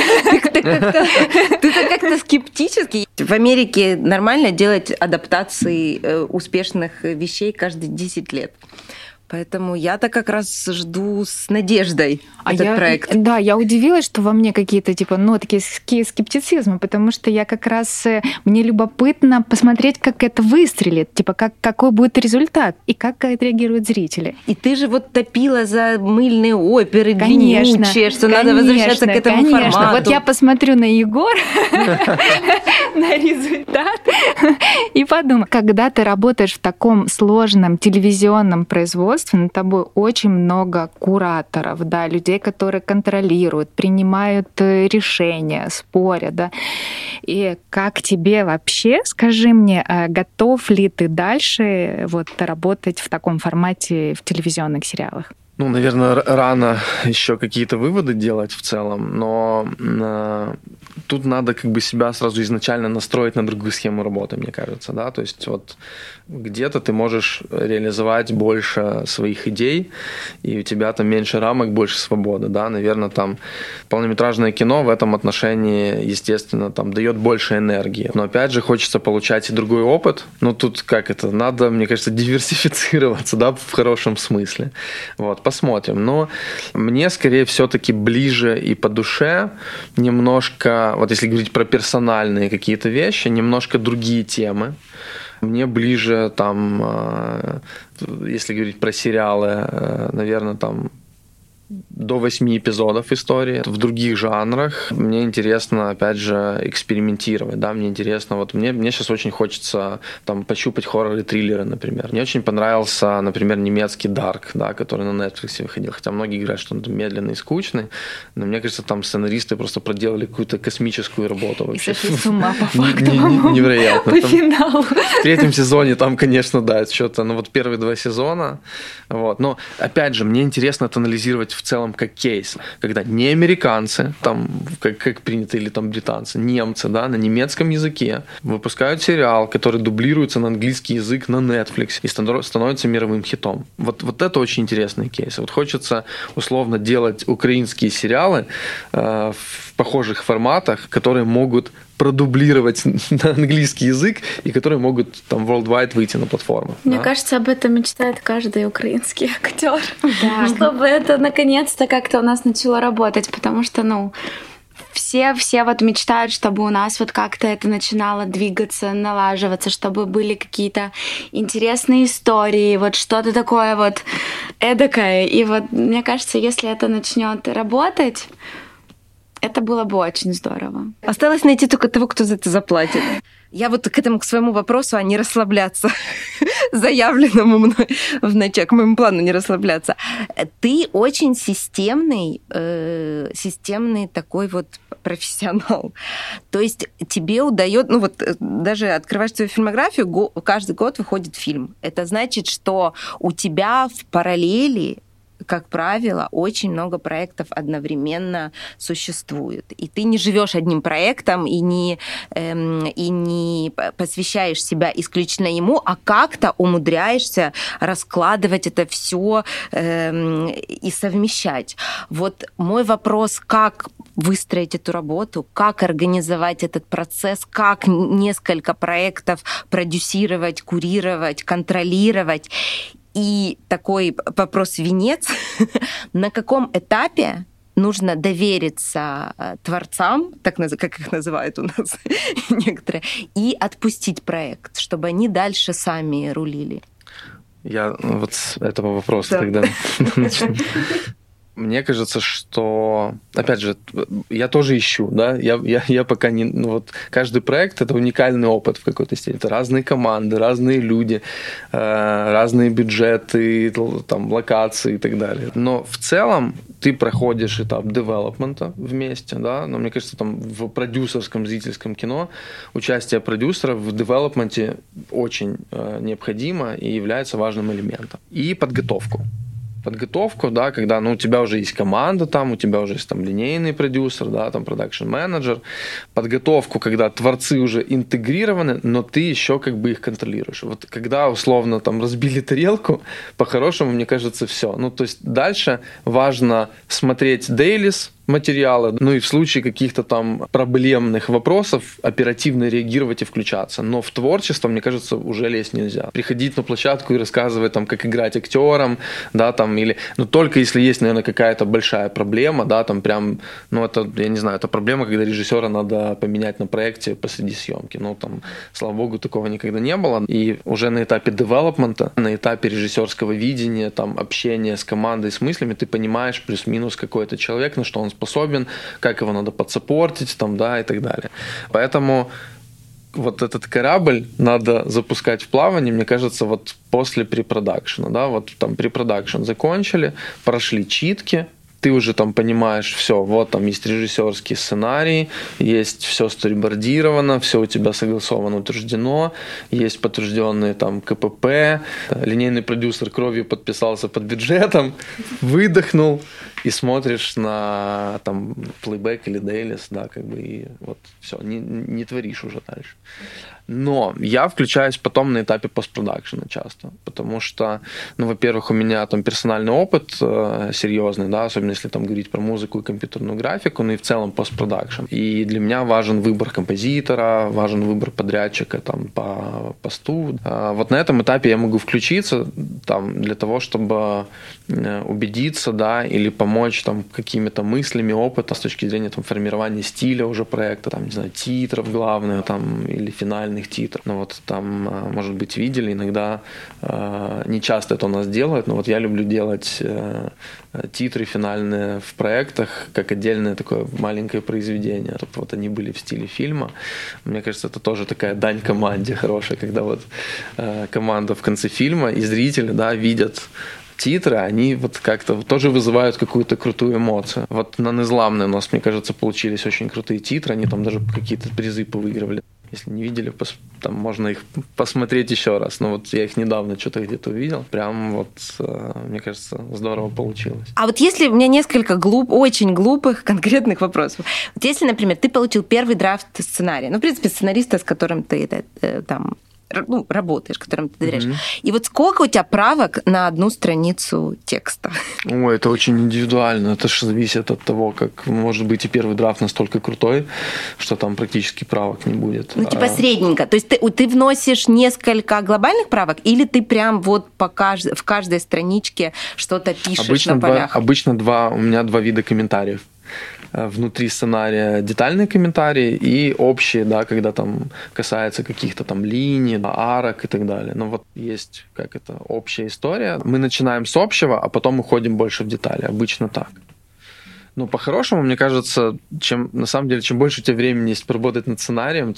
Ты-то как-то скептически. В Америке нормально делать адаптации успешных вещей каждые 10 лет. Поэтому я-то как раз жду с надеждой этот проект. Да, я удивилась, что во мне какие-то типа нотки скептицизма, потому что я как раз мне любопытно посмотреть, как это выстрелит, типа какой будет результат и как отреагируют зрители. И ты же вот топила за мыльные оперы длиннючие, что надо возвращаться к этому формату. Вот я посмотрю на Егор, на результат и подумаю, когда ты работаешь в таком сложном телевизионном производстве, над тобой очень много кураторов, да, людей, которые контролируют, принимают решения, спорят, да. И как тебе вообще, скажи мне, готов ли ты дальше вот работать в таком формате в телевизионных сериалах? Ну, наверное, рано еще какие-то выводы делать в целом, но тут надо как бы себя сразу изначально настроить на другую схему работы, мне кажется, да, то есть вот где-то ты можешь реализовать больше своих идей, и у тебя там меньше рамок, больше свободы, да, наверное, там полнометражное кино в этом отношении, естественно, там дает больше энергии, но опять же хочется получать и другой опыт, ну тут как это, надо, мне кажется, диверсифицироваться, да, в хорошем смысле, вот, посмотрим, но мне скорее все-таки ближе и по душе немножко, вот если говорить про персональные какие-то вещи, немножко другие темы. Мне ближе там, если говорить про сериалы, наверное, там до 8 эпизодов истории. В других жанрах мне интересно, опять же, экспериментировать, да, мне интересно, вот мне сейчас очень хочется там пощупать хорроры, триллеры, например. Мне очень понравился, например, немецкий Dark, да, который на Netflix выходил, хотя многие говорят, что он медленный и скучный, но мне кажется, там сценаристы просто проделали какую-то космическую работу вообще. И сошли с ума по факту. Невероятно. По финалу. В 3 сезоне там, конечно, да, что-то, ну вот первые 2 сезона, вот, но опять же, мне интересно это анализировать в целом как кейс, когда не американцы, там, как принято, или там британцы, немцы, да, на немецком языке выпускают сериал, который дублируется на английский язык на Netflix и становится мировым хитом. Вот это очень интересный кейс. Вот хочется условно делать украинские сериалы в похожих форматах, которые могут продублировать на английский язык и которые могут там worldwide выйти на платформу. Мне кажется, об этом мечтает каждый украинский актер, чтобы это наконец-то как-то у нас начало работать, потому что, ну, все вот мечтают, чтобы у нас вот как-то это начинало двигаться, налаживаться, чтобы были какие-то интересные истории, вот что-то такое вот эдакое. И вот мне кажется, если это начнет работать, это было бы очень здорово. Осталось найти только того, кто за это заплатит. Я вот к своему вопросу, а не расслабляться, заявленному мной в начале, к моему плану не расслабляться. Ты очень системный такой вот профессионал. То есть тебе удается, ну вот даже открываешь свою фильмографию, каждый год выходит фильм. Это значит, что у тебя в параллели, как правило, очень много проектов одновременно существует. И ты не живешь одним проектом и не посвящаешь себя исключительно ему, а как-то умудряешься раскладывать это все и совмещать. Вот мой вопрос, как выстроить эту работу, как организовать этот процесс, как несколько проектов продюсировать, курировать, контролировать. И такой вопрос-венец, на каком этапе нужно довериться творцам, как их называют у нас некоторые, и отпустить проект, чтобы они дальше сами рулили? Я вот с этого вопроса тогда начну. Мне кажется, что, опять же, я тоже ищу, да, я пока не, ну вот, каждый проект — это уникальный опыт в какой-то степени, это разные команды, разные люди, разные бюджеты, там, локации и так далее. Но в целом ты проходишь этап девелопмента вместе, да, но мне кажется, там в продюсерском, зрительском кино участие продюсера в девелопменте очень необходимо и является важным элементом. И подготовку, да, когда, ну, у тебя уже есть команда там, у тебя уже есть там линейный продюсер, да, там продакшн-менеджер, подготовку, когда творцы уже интегрированы, но ты еще как бы их контролируешь. Вот когда условно там разбили тарелку, по-хорошему, мне кажется, все. Ну, то есть дальше важно смотреть дейлис, материалы, ну и в случае каких-то там проблемных вопросов оперативно реагировать и включаться. Но в творчество, мне кажется, уже лезть нельзя. Приходить на площадку и рассказывать, там, как играть актером, да, там, или, ну, только если есть, наверное, какая-то большая проблема, да, там прям, ну, это, я не знаю, это проблема, когда режиссера надо поменять на проекте посреди съемки. Ну, там, слава богу, такого никогда не было. И уже на этапе девелопмента, на этапе режиссерского видения, там, общения с командой, с мыслями, ты понимаешь плюс-минус какой-то человек, на что он способен, как его надо подсаппортить, там, да, и так далее. Поэтому вот этот корабль надо запускать в плавание, мне кажется, вот после препродакшена, да, вот там препродакшн закончили, прошли читки, ты уже там понимаешь, все, вот там есть режиссерский сценарий, есть все сторибордировано, все у тебя согласовано, утверждено, есть подтвержденные там КПП, линейный продюсер кровью подписался под бюджетом, выдохнул, и смотришь на там плейбэк или дейлис, да, как бы, и вот все, не творишь уже дальше. Но я включаюсь потом на этапе постпродакшена часто, потому что, ну, во-первых, у меня там персональный опыт серьезный, да, особенно если там говорить про музыку и компьютерную графику, ну и в целом постпродакшн. И для меня важен выбор композитора, важен выбор подрядчика там по посту. Вот на этом этапе я могу включиться там для того, чтобы убедиться, да, или помочь там какими-то мыслями, опытом с точки зрения там формирования стиля уже проекта, там, не знаю, титров главных там или финальных титров. Ну вот там, может быть, видели, иногда не часто это у нас делают, но вот я люблю делать титры финальные в проектах как отдельное такое маленькое произведение, чтобы вот они были в стиле фильма. Мне кажется, это тоже такая дань команде хорошая, когда вот команда в конце фильма и зрители, да, видят титры, они вот как-то тоже вызывают какую-то крутую эмоцию. Вот на Незламной у нас, мне кажется, получились очень крутые титры, они там даже какие-то призы повыигрывали. Если не видели, там можно их посмотреть еще раз. Но вот я их недавно что-то где-то увидел. Прям вот, мне кажется, здорово получилось. А вот если у меня несколько очень глупых конкретных вопросов. Вот если, например, ты получил первый драфт сценария, ну, в принципе, сценариста, с которым ты там работаешь, которым ты доверяешь. И вот сколько у тебя правок на одну страницу текста? Ой, это очень индивидуально. Это же зависит от того, как, может быть, и первый драфт настолько крутой, что там практически правок не будет. Ну, типа средненько. То есть ты вносишь несколько глобальных правок, или ты прям вот в каждой страничке что-то пишешь на полях? Обычно у меня два вида комментариев. Внутри сценария детальные комментарии и общие, да, когда там касается каких-то там линий, арок и так далее. Но вот есть общая история. Мы начинаем с общего, а потом уходим больше в детали. Обычно так. Но по-хорошему, мне кажется, на самом деле, чем больше у тебя времени есть поработать над сценарием,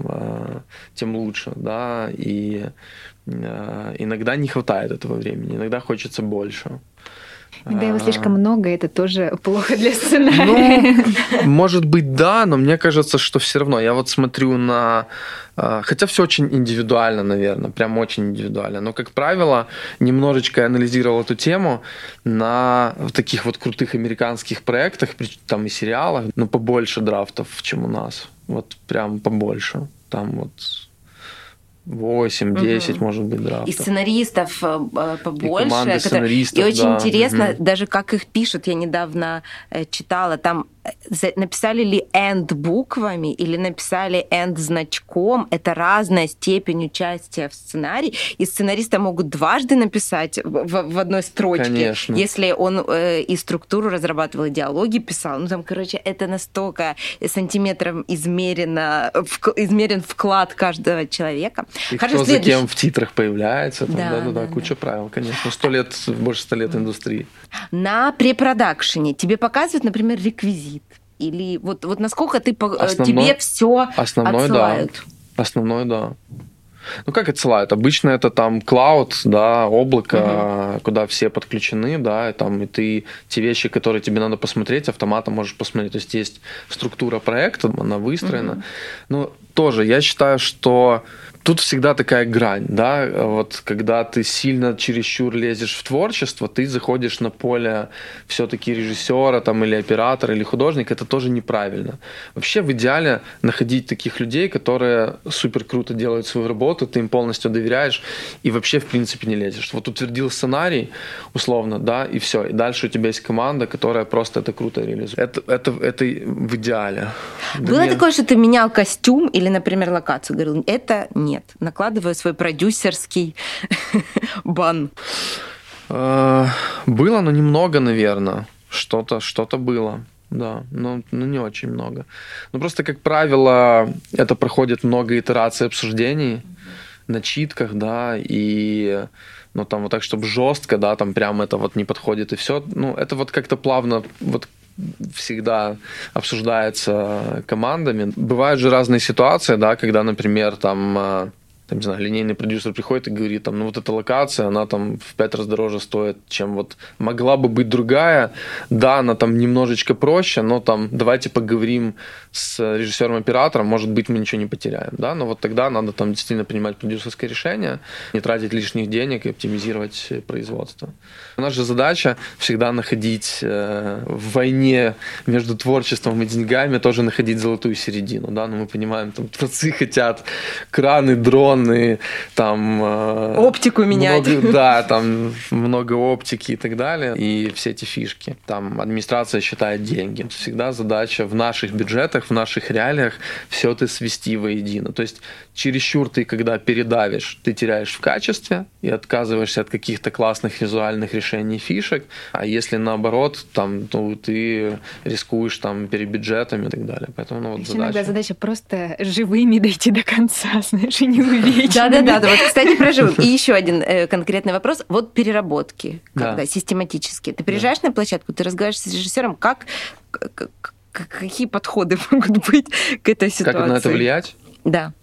тем лучше, да, и иногда не хватает этого времени, иногда хочется больше. Когда его слишком много, это тоже плохо для сценария. Ну, может быть, да, но мне кажется, что все равно. Я вот смотрю хотя все очень индивидуально, наверное, прям очень индивидуально. Но, как правило, немножечко анализировал эту тему на таких вот крутых американских проектах, там и сериалах, но побольше драфтов, чем у нас. Вот прям побольше. Там вот 8-10, может быть, драфтов. И сценаристов побольше. И команды сценаристов, и очень интересно, даже как их пишут. Я недавно читала, там написали ли «and» буквами или написали «and» значком. Это разная степень участия в сценарии. И сценаристы могут дважды написать в одной строчке. Конечно. Если он и структуру разрабатывал, и диалоги писал. Ну, там, короче, это настолько сантиметром измерен вклад каждого человека. И кто за кем в титрах появляется. Да, куча правил, конечно. Больше 100 лет индустрии. На препродакшене тебе показывают, например, реквизит? Или вот насколько тебе все отсылают? Основной, да. Ну, как отсылают? Обычно это там клауд, да, облако, куда все подключены, да, и ты те вещи, которые тебе надо посмотреть, автоматом можешь посмотреть. То есть есть структура проекта, она выстроена. Но тоже я считаю, что тут всегда такая грань, да, вот когда ты сильно чересчур лезешь в творчество, ты заходишь на поле все-таки режиссера там, или оператора, или художника, это тоже неправильно. Вообще в идеале находить таких людей, которые супер круто делают свою работу, ты им полностью доверяешь и вообще в принципе не лезешь. Вот утвердил сценарий, условно, да, и все, и дальше у тебя есть команда, которая просто это круто реализует. Это в идеале. Было такое, что ты менял костюм или, например, локацию, говорил, это нет. Накладываю свой продюсерский бан. Было, но немного, наверное. Что-то было. Да, но не очень много. Ну, просто, как правило, это проходит много итераций обсуждений на читках, да, и там вот так, чтобы жестко, да, там прям это вот не подходит и все. Ну, это вот как-то плавно вот всегда обсуждается командами. Бывают же разные ситуации, да, когда, например, там там, не знаю, линейный продюсер приходит и говорит, там, ну вот эта локация, она там в 5 раз дороже стоит, чем вот могла бы быть другая. Да, она там немножечко проще, но там давайте поговорим с режиссером-оператором, может быть, мы ничего не потеряем, да, но вот тогда надо там действительно принимать продюсерское решение, не тратить лишних денег и оптимизировать производство. Наша же задача всегда находить в войне между творчеством и деньгами тоже находить золотую середину, да, но мы понимаем, там творцы хотят краны, дроны, там... Оптику менять. Да, там много оптики и так далее, и все эти фишки. Там администрация считает деньги. Всегда задача в наших бюджетах, в наших реалиях все это свести воедино. То есть чересчур ты, когда передавишь, ты теряешь в качестве и отказываешься от каких-то классных визуальных решений, фишек, а если наоборот, там, то ты рискуешь там перебюджетами и так далее. Поэтому, ну, вот иногда задача просто живыми дойти до конца, знаешь, и не увечными. Да. Вот, кстати, про живым. И еще один конкретный вопрос. Вот переработки, когда систематически. Ты приезжаешь на площадку, ты разговариваешь с режиссером, какие подходы могут быть к этой ситуации? Как на это влиять? Да.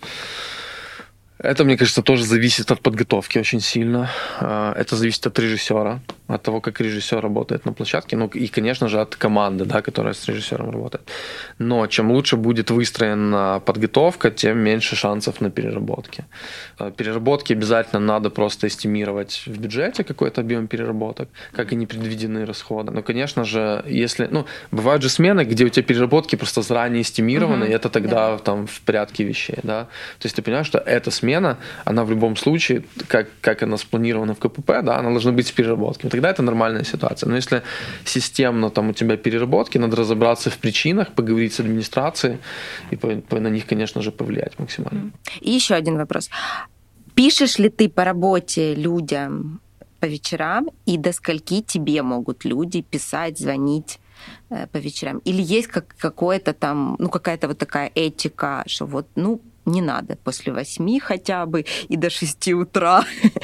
Это, мне кажется, тоже зависит от подготовки очень сильно. Это зависит от режиссера, от того, как режиссер работает на площадке, ну и, конечно же, от команды, да, которая с режиссером работает. Но чем лучше будет выстроена подготовка, тем меньше шансов на переработки. Переработки обязательно надо просто эстимировать в бюджете какой-то объем переработок, как и непредвиденные расходы. Но, конечно же, если... Ну, бывают же смены, где у тебя переработки просто заранее эстимированы, и это тогда там в порядке вещей, да. То есть ты понимаешь, что эта смена, она в любом случае, как она спланирована в КПП, да, она должна быть с переработками. Тогда это нормальная ситуация. Но если системно там у тебя переработки, надо разобраться в причинах, поговорить с администрацией и на них, конечно же, повлиять максимально. И еще один вопрос. Пишешь ли ты по работе людям по вечерам, и до скольки тебе могут люди писать, звонить по вечерам? Или есть какое-то там, ну, какая-то вот такая этика, что вот, ну, не надо после 8 хотя бы и до 6 утра?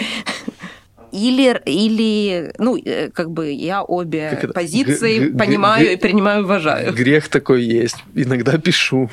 Или, ну, как бы я обе позиции понимаю и принимаю, уважаю. Грех такой есть. Иногда пишу.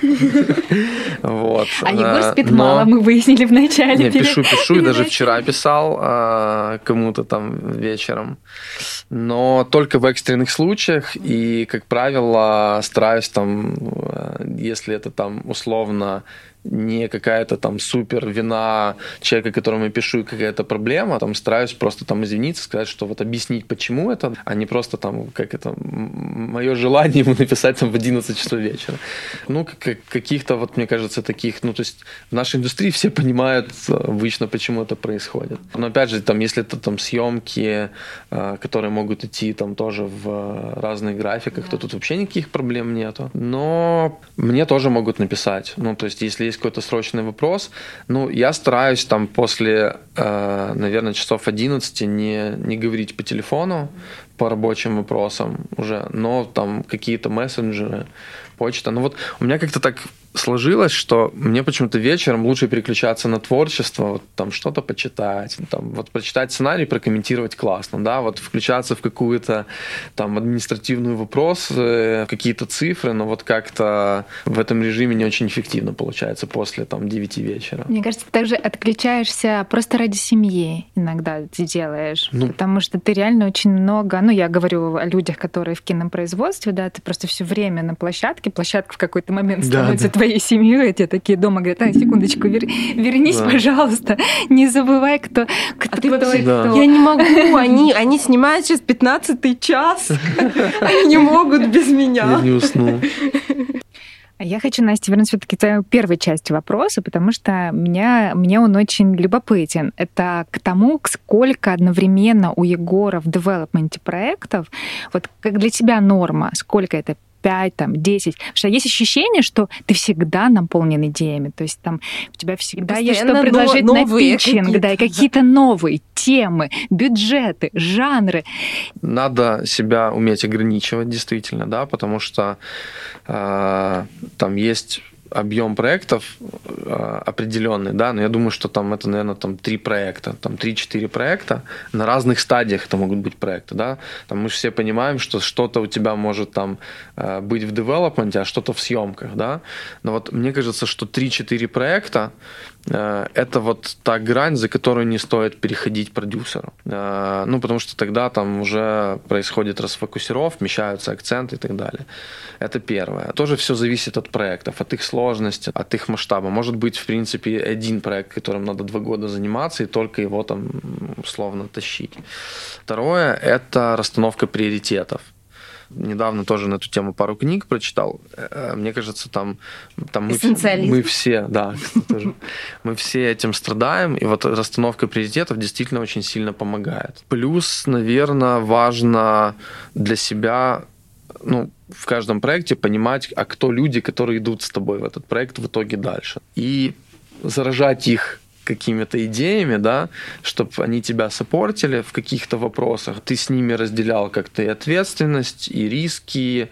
Вот. А Егор спит мало, мы выяснили в начале. Не, пишу, и даже вчера писал кому-то там вечером. Но только в экстренных случаях, и, как правило, стараюсь там, если это там условно не какая-то там супер вина человека, которому я пишу, и какая-то проблема, там стараюсь просто там извиниться, сказать, что вот объяснить, почему это, а не просто там, как это, мое желание ему написать там в 11 часов вечера. Ну, каких-то вот, мне кажется, таких, ну, то есть в нашей индустрии все понимают обычно, почему это происходит. Но опять же, там, если это там съемки, которые могут идти там тоже в разных графиках, то тут вообще никаких проблем нету. Но мне тоже могут написать. Ну, то есть, если есть какой-то срочный вопрос, ну, я стараюсь там после, наверное, часов 11 не говорить по телефону по рабочим вопросам уже, но там какие-то мессенджеры, почта. Ну вот у меня как-то так сложилось, что мне почему-то вечером лучше переключаться на творчество, вот там что-то почитать, там вот прочитать сценарий, прокомментировать классно, да, вот включаться в какую-то там административный вопрос, какие-то цифры, но вот как-то в этом режиме не очень эффективно получается после там 9 вечера. Мне кажется, ты также отключаешься просто ради семьи иногда ты делаешь, потому что ты реально очень много, ну, я говорю о людях, которые в кинопроизводстве, да, ты просто все время на площадке, площадка в какой-то момент становится твоей семьей, а те такие дома говорят, секундочку, вернись, пожалуйста, не забывай, кто. Я не могу, они снимают сейчас 15-й час, они не могут без меня. Я не усну. Я хочу, Настя, вернуться все-таки к твоей первой части вопроса, потому что мне он очень любопытен. Это к тому, сколько одновременно у Егора в девелопменте проектов, вот как для тебя норма, сколько это 5, там, 10. Потому что есть ощущение, что ты всегда наполнен идеями. То есть там у тебя всегда есть что предложить на питчинг, да, и какие-то новые темы, бюджеты, жанры. Надо себя уметь ограничивать, действительно, да, потому что там есть объем проектов определенный, да, но я думаю, что там это, наверное, там 3 проекта, там 3-4 проекта, на разных стадиях это могут быть проекты, да, там мы же все понимаем, что что-то у тебя может там быть в девелопменте, а что-то в съемках, да, но вот мне кажется, что 3-4 проекта это вот та грань, за которую не стоит переходить продюсеру. Ну, потому что тогда там уже происходит расфокусировка, вмещаются акценты и так далее. Это первое. Тоже все зависит от проектов, от их сложности, от их масштаба. Может быть, в принципе, один проект, которым надо 2 года заниматься, и только его там условно тащить. Второе – это расстановка приоритетов. Недавно тоже на эту тему пару книг прочитал. Мне кажется, там мы все, да, тоже, мы все этим страдаем, и вот расстановка приоритетов действительно очень сильно помогает. Плюс, наверное, важно для себя, ну, в каждом проекте понимать, а кто люди, которые идут с тобой в этот проект в итоге дальше. И заражать их какими-то идеями, да, чтобы они тебя саппортили в каких-то вопросах. Ты с ними разделял как-то и ответственность, и риски,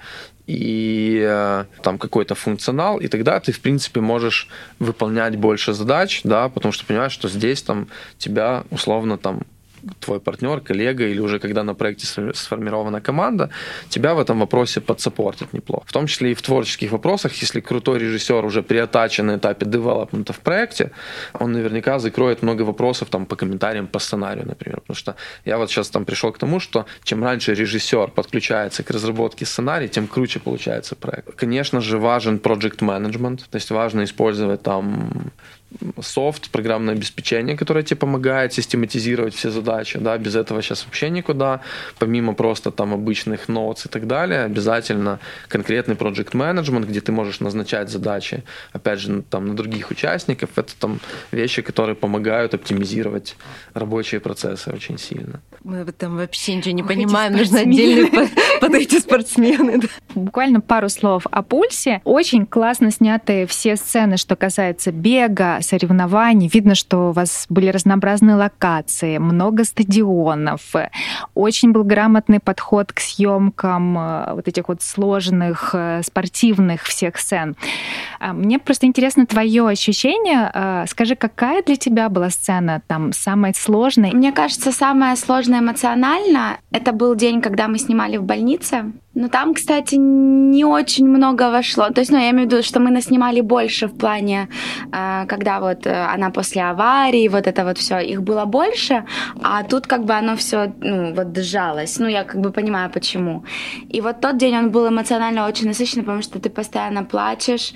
и там какой-то функционал, и тогда ты, в принципе, можешь выполнять больше задач, да, потому что понимаешь, что здесь там тебя условно там твой партнер, коллега, или уже когда на проекте сформирована команда, тебя в этом вопросе подсаппортит неплохо. В том числе и в творческих вопросах, если крутой режиссер уже приотачен на этапе девелопмента в проекте, он наверняка закроет много вопросов там по комментариям, по сценарию, например. Потому что я вот сейчас там пришел к тому, что чем раньше режиссер подключается к разработке сценария, тем круче получается проект. Конечно же, важен project management, то есть важно использовать там софт, программное обеспечение, которое тебе помогает систематизировать все задачи, да, без этого сейчас вообще никуда, помимо просто там обычных notes и так далее, обязательно конкретный project management, где ты можешь назначать задачи, опять же, там на других участников, это там вещи, которые помогают оптимизировать рабочие процессы очень сильно. Мы там вообще ничего не понимаем, нужно отдельно под эти спортсмены. Буквально пару слов о пульсе. Очень классно сняты все сцены, что касается бега, соревнований. Видно, что у вас были разнообразные локации, много стадионов. Очень был грамотный подход к съемкам вот этих вот сложных спортивных всех сцен. Мне просто интересно твое ощущение. Скажи, какая для тебя была сцена там самая сложная? Мне кажется, самая сложная эмоционально — это был день, когда мы снимали в больнице. Но там, кстати, не очень много вошло. То есть, я имею в виду, что мы наснимали больше в плане, когда вот она после аварии, вот это вот все, их было больше, а тут как бы оно все, вот сжалось. Я как бы понимаю, почему. И вот тот день он был эмоционально очень насыщенный, потому что ты постоянно плачешь,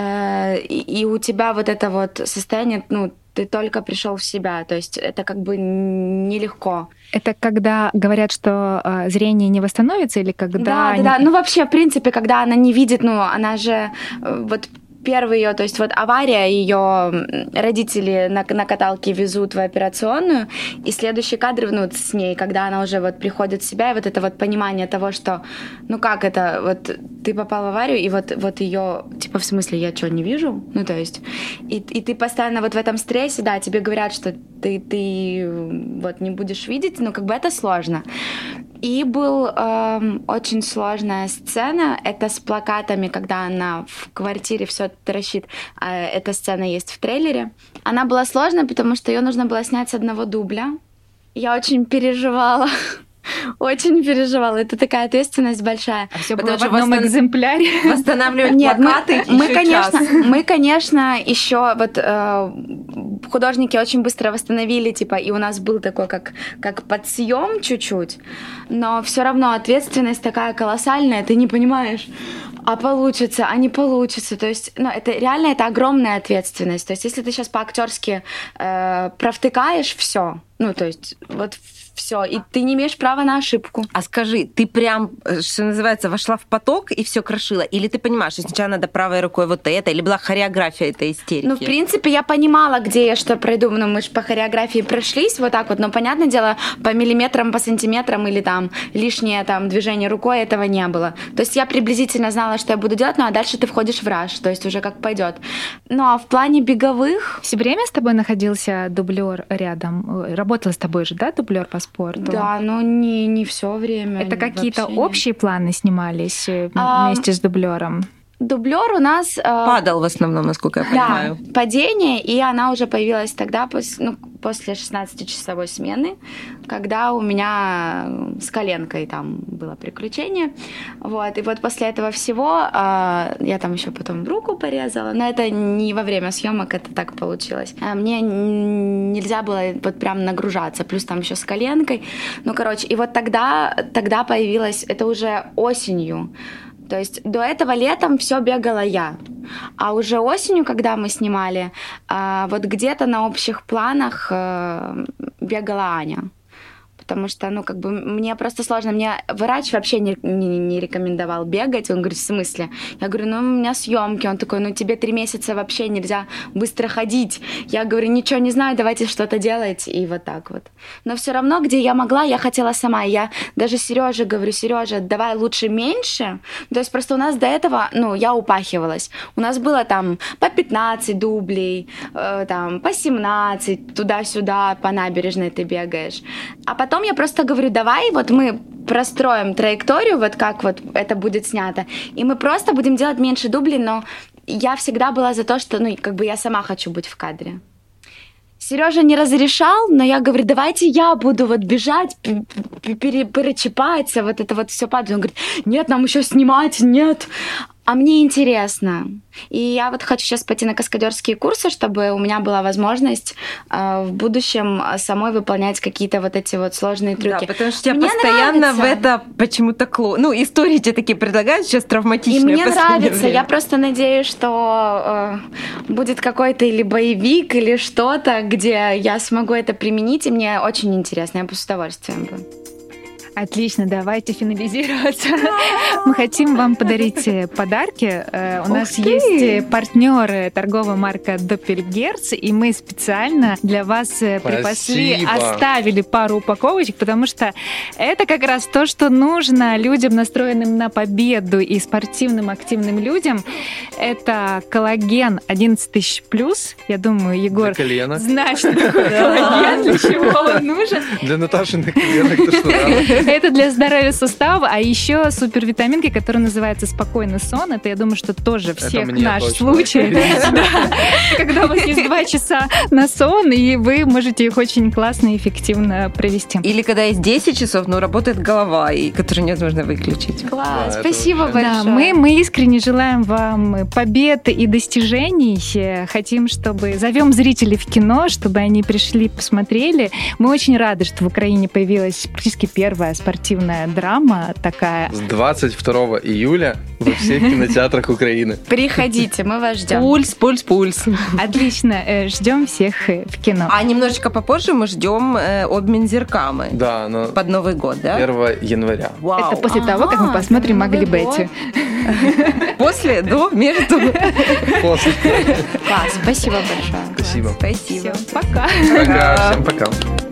и у тебя вот это вот состояние, ты только пришел в себя, то есть это как бы нелегко. Это когда говорят, что зрение не восстановится, или когда... Да. Вообще, в принципе, когда она не видит, она же вот первый ее, то есть вот авария, ее родители на каталке везут в операционную, и следующий кадр, с ней, когда она уже вот приходит в себя, и вот это вот понимание того, что, как это, вот ты попал в аварию, и вот ее, типа, в смысле, я что, не вижу? То есть, и ты постоянно вот в этом стрессе, да, тебе говорят, что ты вот не будешь видеть, как бы это сложно. И была очень сложная сцена, это с плакатами, когда она в квартире все таращит. Эта сцена есть в трейлере. Она была сложная, потому что ее нужно было снять с одного дубля. Я очень переживала. Очень переживала. Это такая ответственность большая. А все было в одном экземпляре. Восстанавливать плакаты мы, конечно, еще вот художники очень быстро восстановили, типа, и у нас был такой как подсъем чуть-чуть, но все равно ответственность такая колоссальная, ты не понимаешь, а получится, а не получится. То есть, это реально это огромная ответственность. То есть, если ты сейчас по-актерски провтыкаешь все, то есть, вот все, и ты не имеешь права на ошибку. А скажи, ты прям, что называется, вошла в поток и все крошила? Или ты понимаешь, что сначала надо правой рукой вот это, или была хореография этой истерики? В принципе, я понимала, где я что пройду. Мы же по хореографии прошлись вот так вот, но, понятное дело, по миллиметрам, по сантиметрам или там лишнее там движение рукой, этого не было. То есть я приблизительно знала, что я буду делать, а дальше ты входишь в раж, то есть уже как пойдет. А в плане беговых... Все время с тобой находился дублер рядом? Работал с тобой же, да, дублер по спорту? Да, но не все время. Это какие-то общие планы снимались вместе с дублером? дублер у нас... Падал в основном, насколько я понимаю. Да, падение, и она уже появилась тогда, после 16-часовой смены, когда у меня с коленкой там было приключение. Вот. И вот после этого всего я там еще потом руку порезала, но это не во время съемок, это так получилось. Мне нельзя было вот прям нагружаться, плюс там еще с коленкой. Ну, короче, и вот тогда появилась, это уже осенью. То есть до этого летом все бегала я. А уже осенью, когда мы снимали, вот где-то на общих планах бегала Аня. Потому что, мне просто сложно. Мне врач вообще не рекомендовал бегать. Он говорит, в смысле? Я говорю, у меня съемки. Он такой, тебе 3 месяца вообще нельзя быстро ходить. Я говорю, ничего не знаю, давайте что-то делать. И вот так вот. Но все равно, где я могла, я хотела сама. Я даже Сереже говорю, Сережа, давай лучше меньше. То есть просто у нас до этого, я упахивалась. У нас было там по 15 дублей, там по 17, туда-сюда по набережной ты бегаешь. А потом я просто говорю, давай вот мы простроим траекторию, вот как вот это будет снято, и мы просто будем делать меньше дублей, но я всегда была за то, что, я сама хочу быть в кадре. Сережа не разрешал, но я говорю, давайте я буду вот бежать, перечипаться, вот это вот все падает. Он говорит, нет, нам еще снимать, нет. А мне интересно. И я вот хочу сейчас пойти на каскадерские курсы, чтобы у меня была возможность в будущем самой выполнять какие-то вот эти вот сложные трюки. Да, потому что тебя мне постоянно нравится. В это почему-то истории тебе такие предлагают сейчас травматичные. И мне нравится. Я просто надеюсь, что будет какой-то или боевик, или что-то, где я смогу это применить, и мне очень интересно. Я бы с удовольствием бы. Отлично, давайте финализироваться. Мы хотим вам подарить подарки. У нас есть партнеры торговая марка Doppelgerz, и мы специально для вас припасли, оставили пару упаковочек, потому что это как раз то, что нужно людям, настроенным на победу, и спортивным, активным людям. Это коллаген 11 тысяч плюс. Я думаю, Егор знает, что такое коллаген, для чего он нужен. Для Наташиных коленок то, что надо. Это для здоровья сустава, а еще супервитаминки, которые называются «Спокойный сон». Это, я думаю, что тоже всех наш случай. Когда у вас есть 2 часа на сон, и вы можете их очень классно и эффективно провести. Или когда есть 10 часов, но работает голова, и которую невозможно выключить. Класс, спасибо большое. Мы искренне желаем вам побед и достижений. Хотим, зовем зрителей в кино, чтобы они пришли, посмотрели. Мы очень рады, что в Украине появилась практически первая спортивная драма такая. С 22 июля во всех кинотеатрах Украины. Приходите, мы вас ждем. Пульс. Отлично, ждем всех в кино. А немножечко попозже мы ждем обмен зерками. Да, но под Новый год, да? 1 января. Вау. Это после того, как мы посмотрим «Могли Бетти». После, до, между. После. Класс, спасибо большое. Спасибо. Спасибо. Все, пока. Пока, всем пока.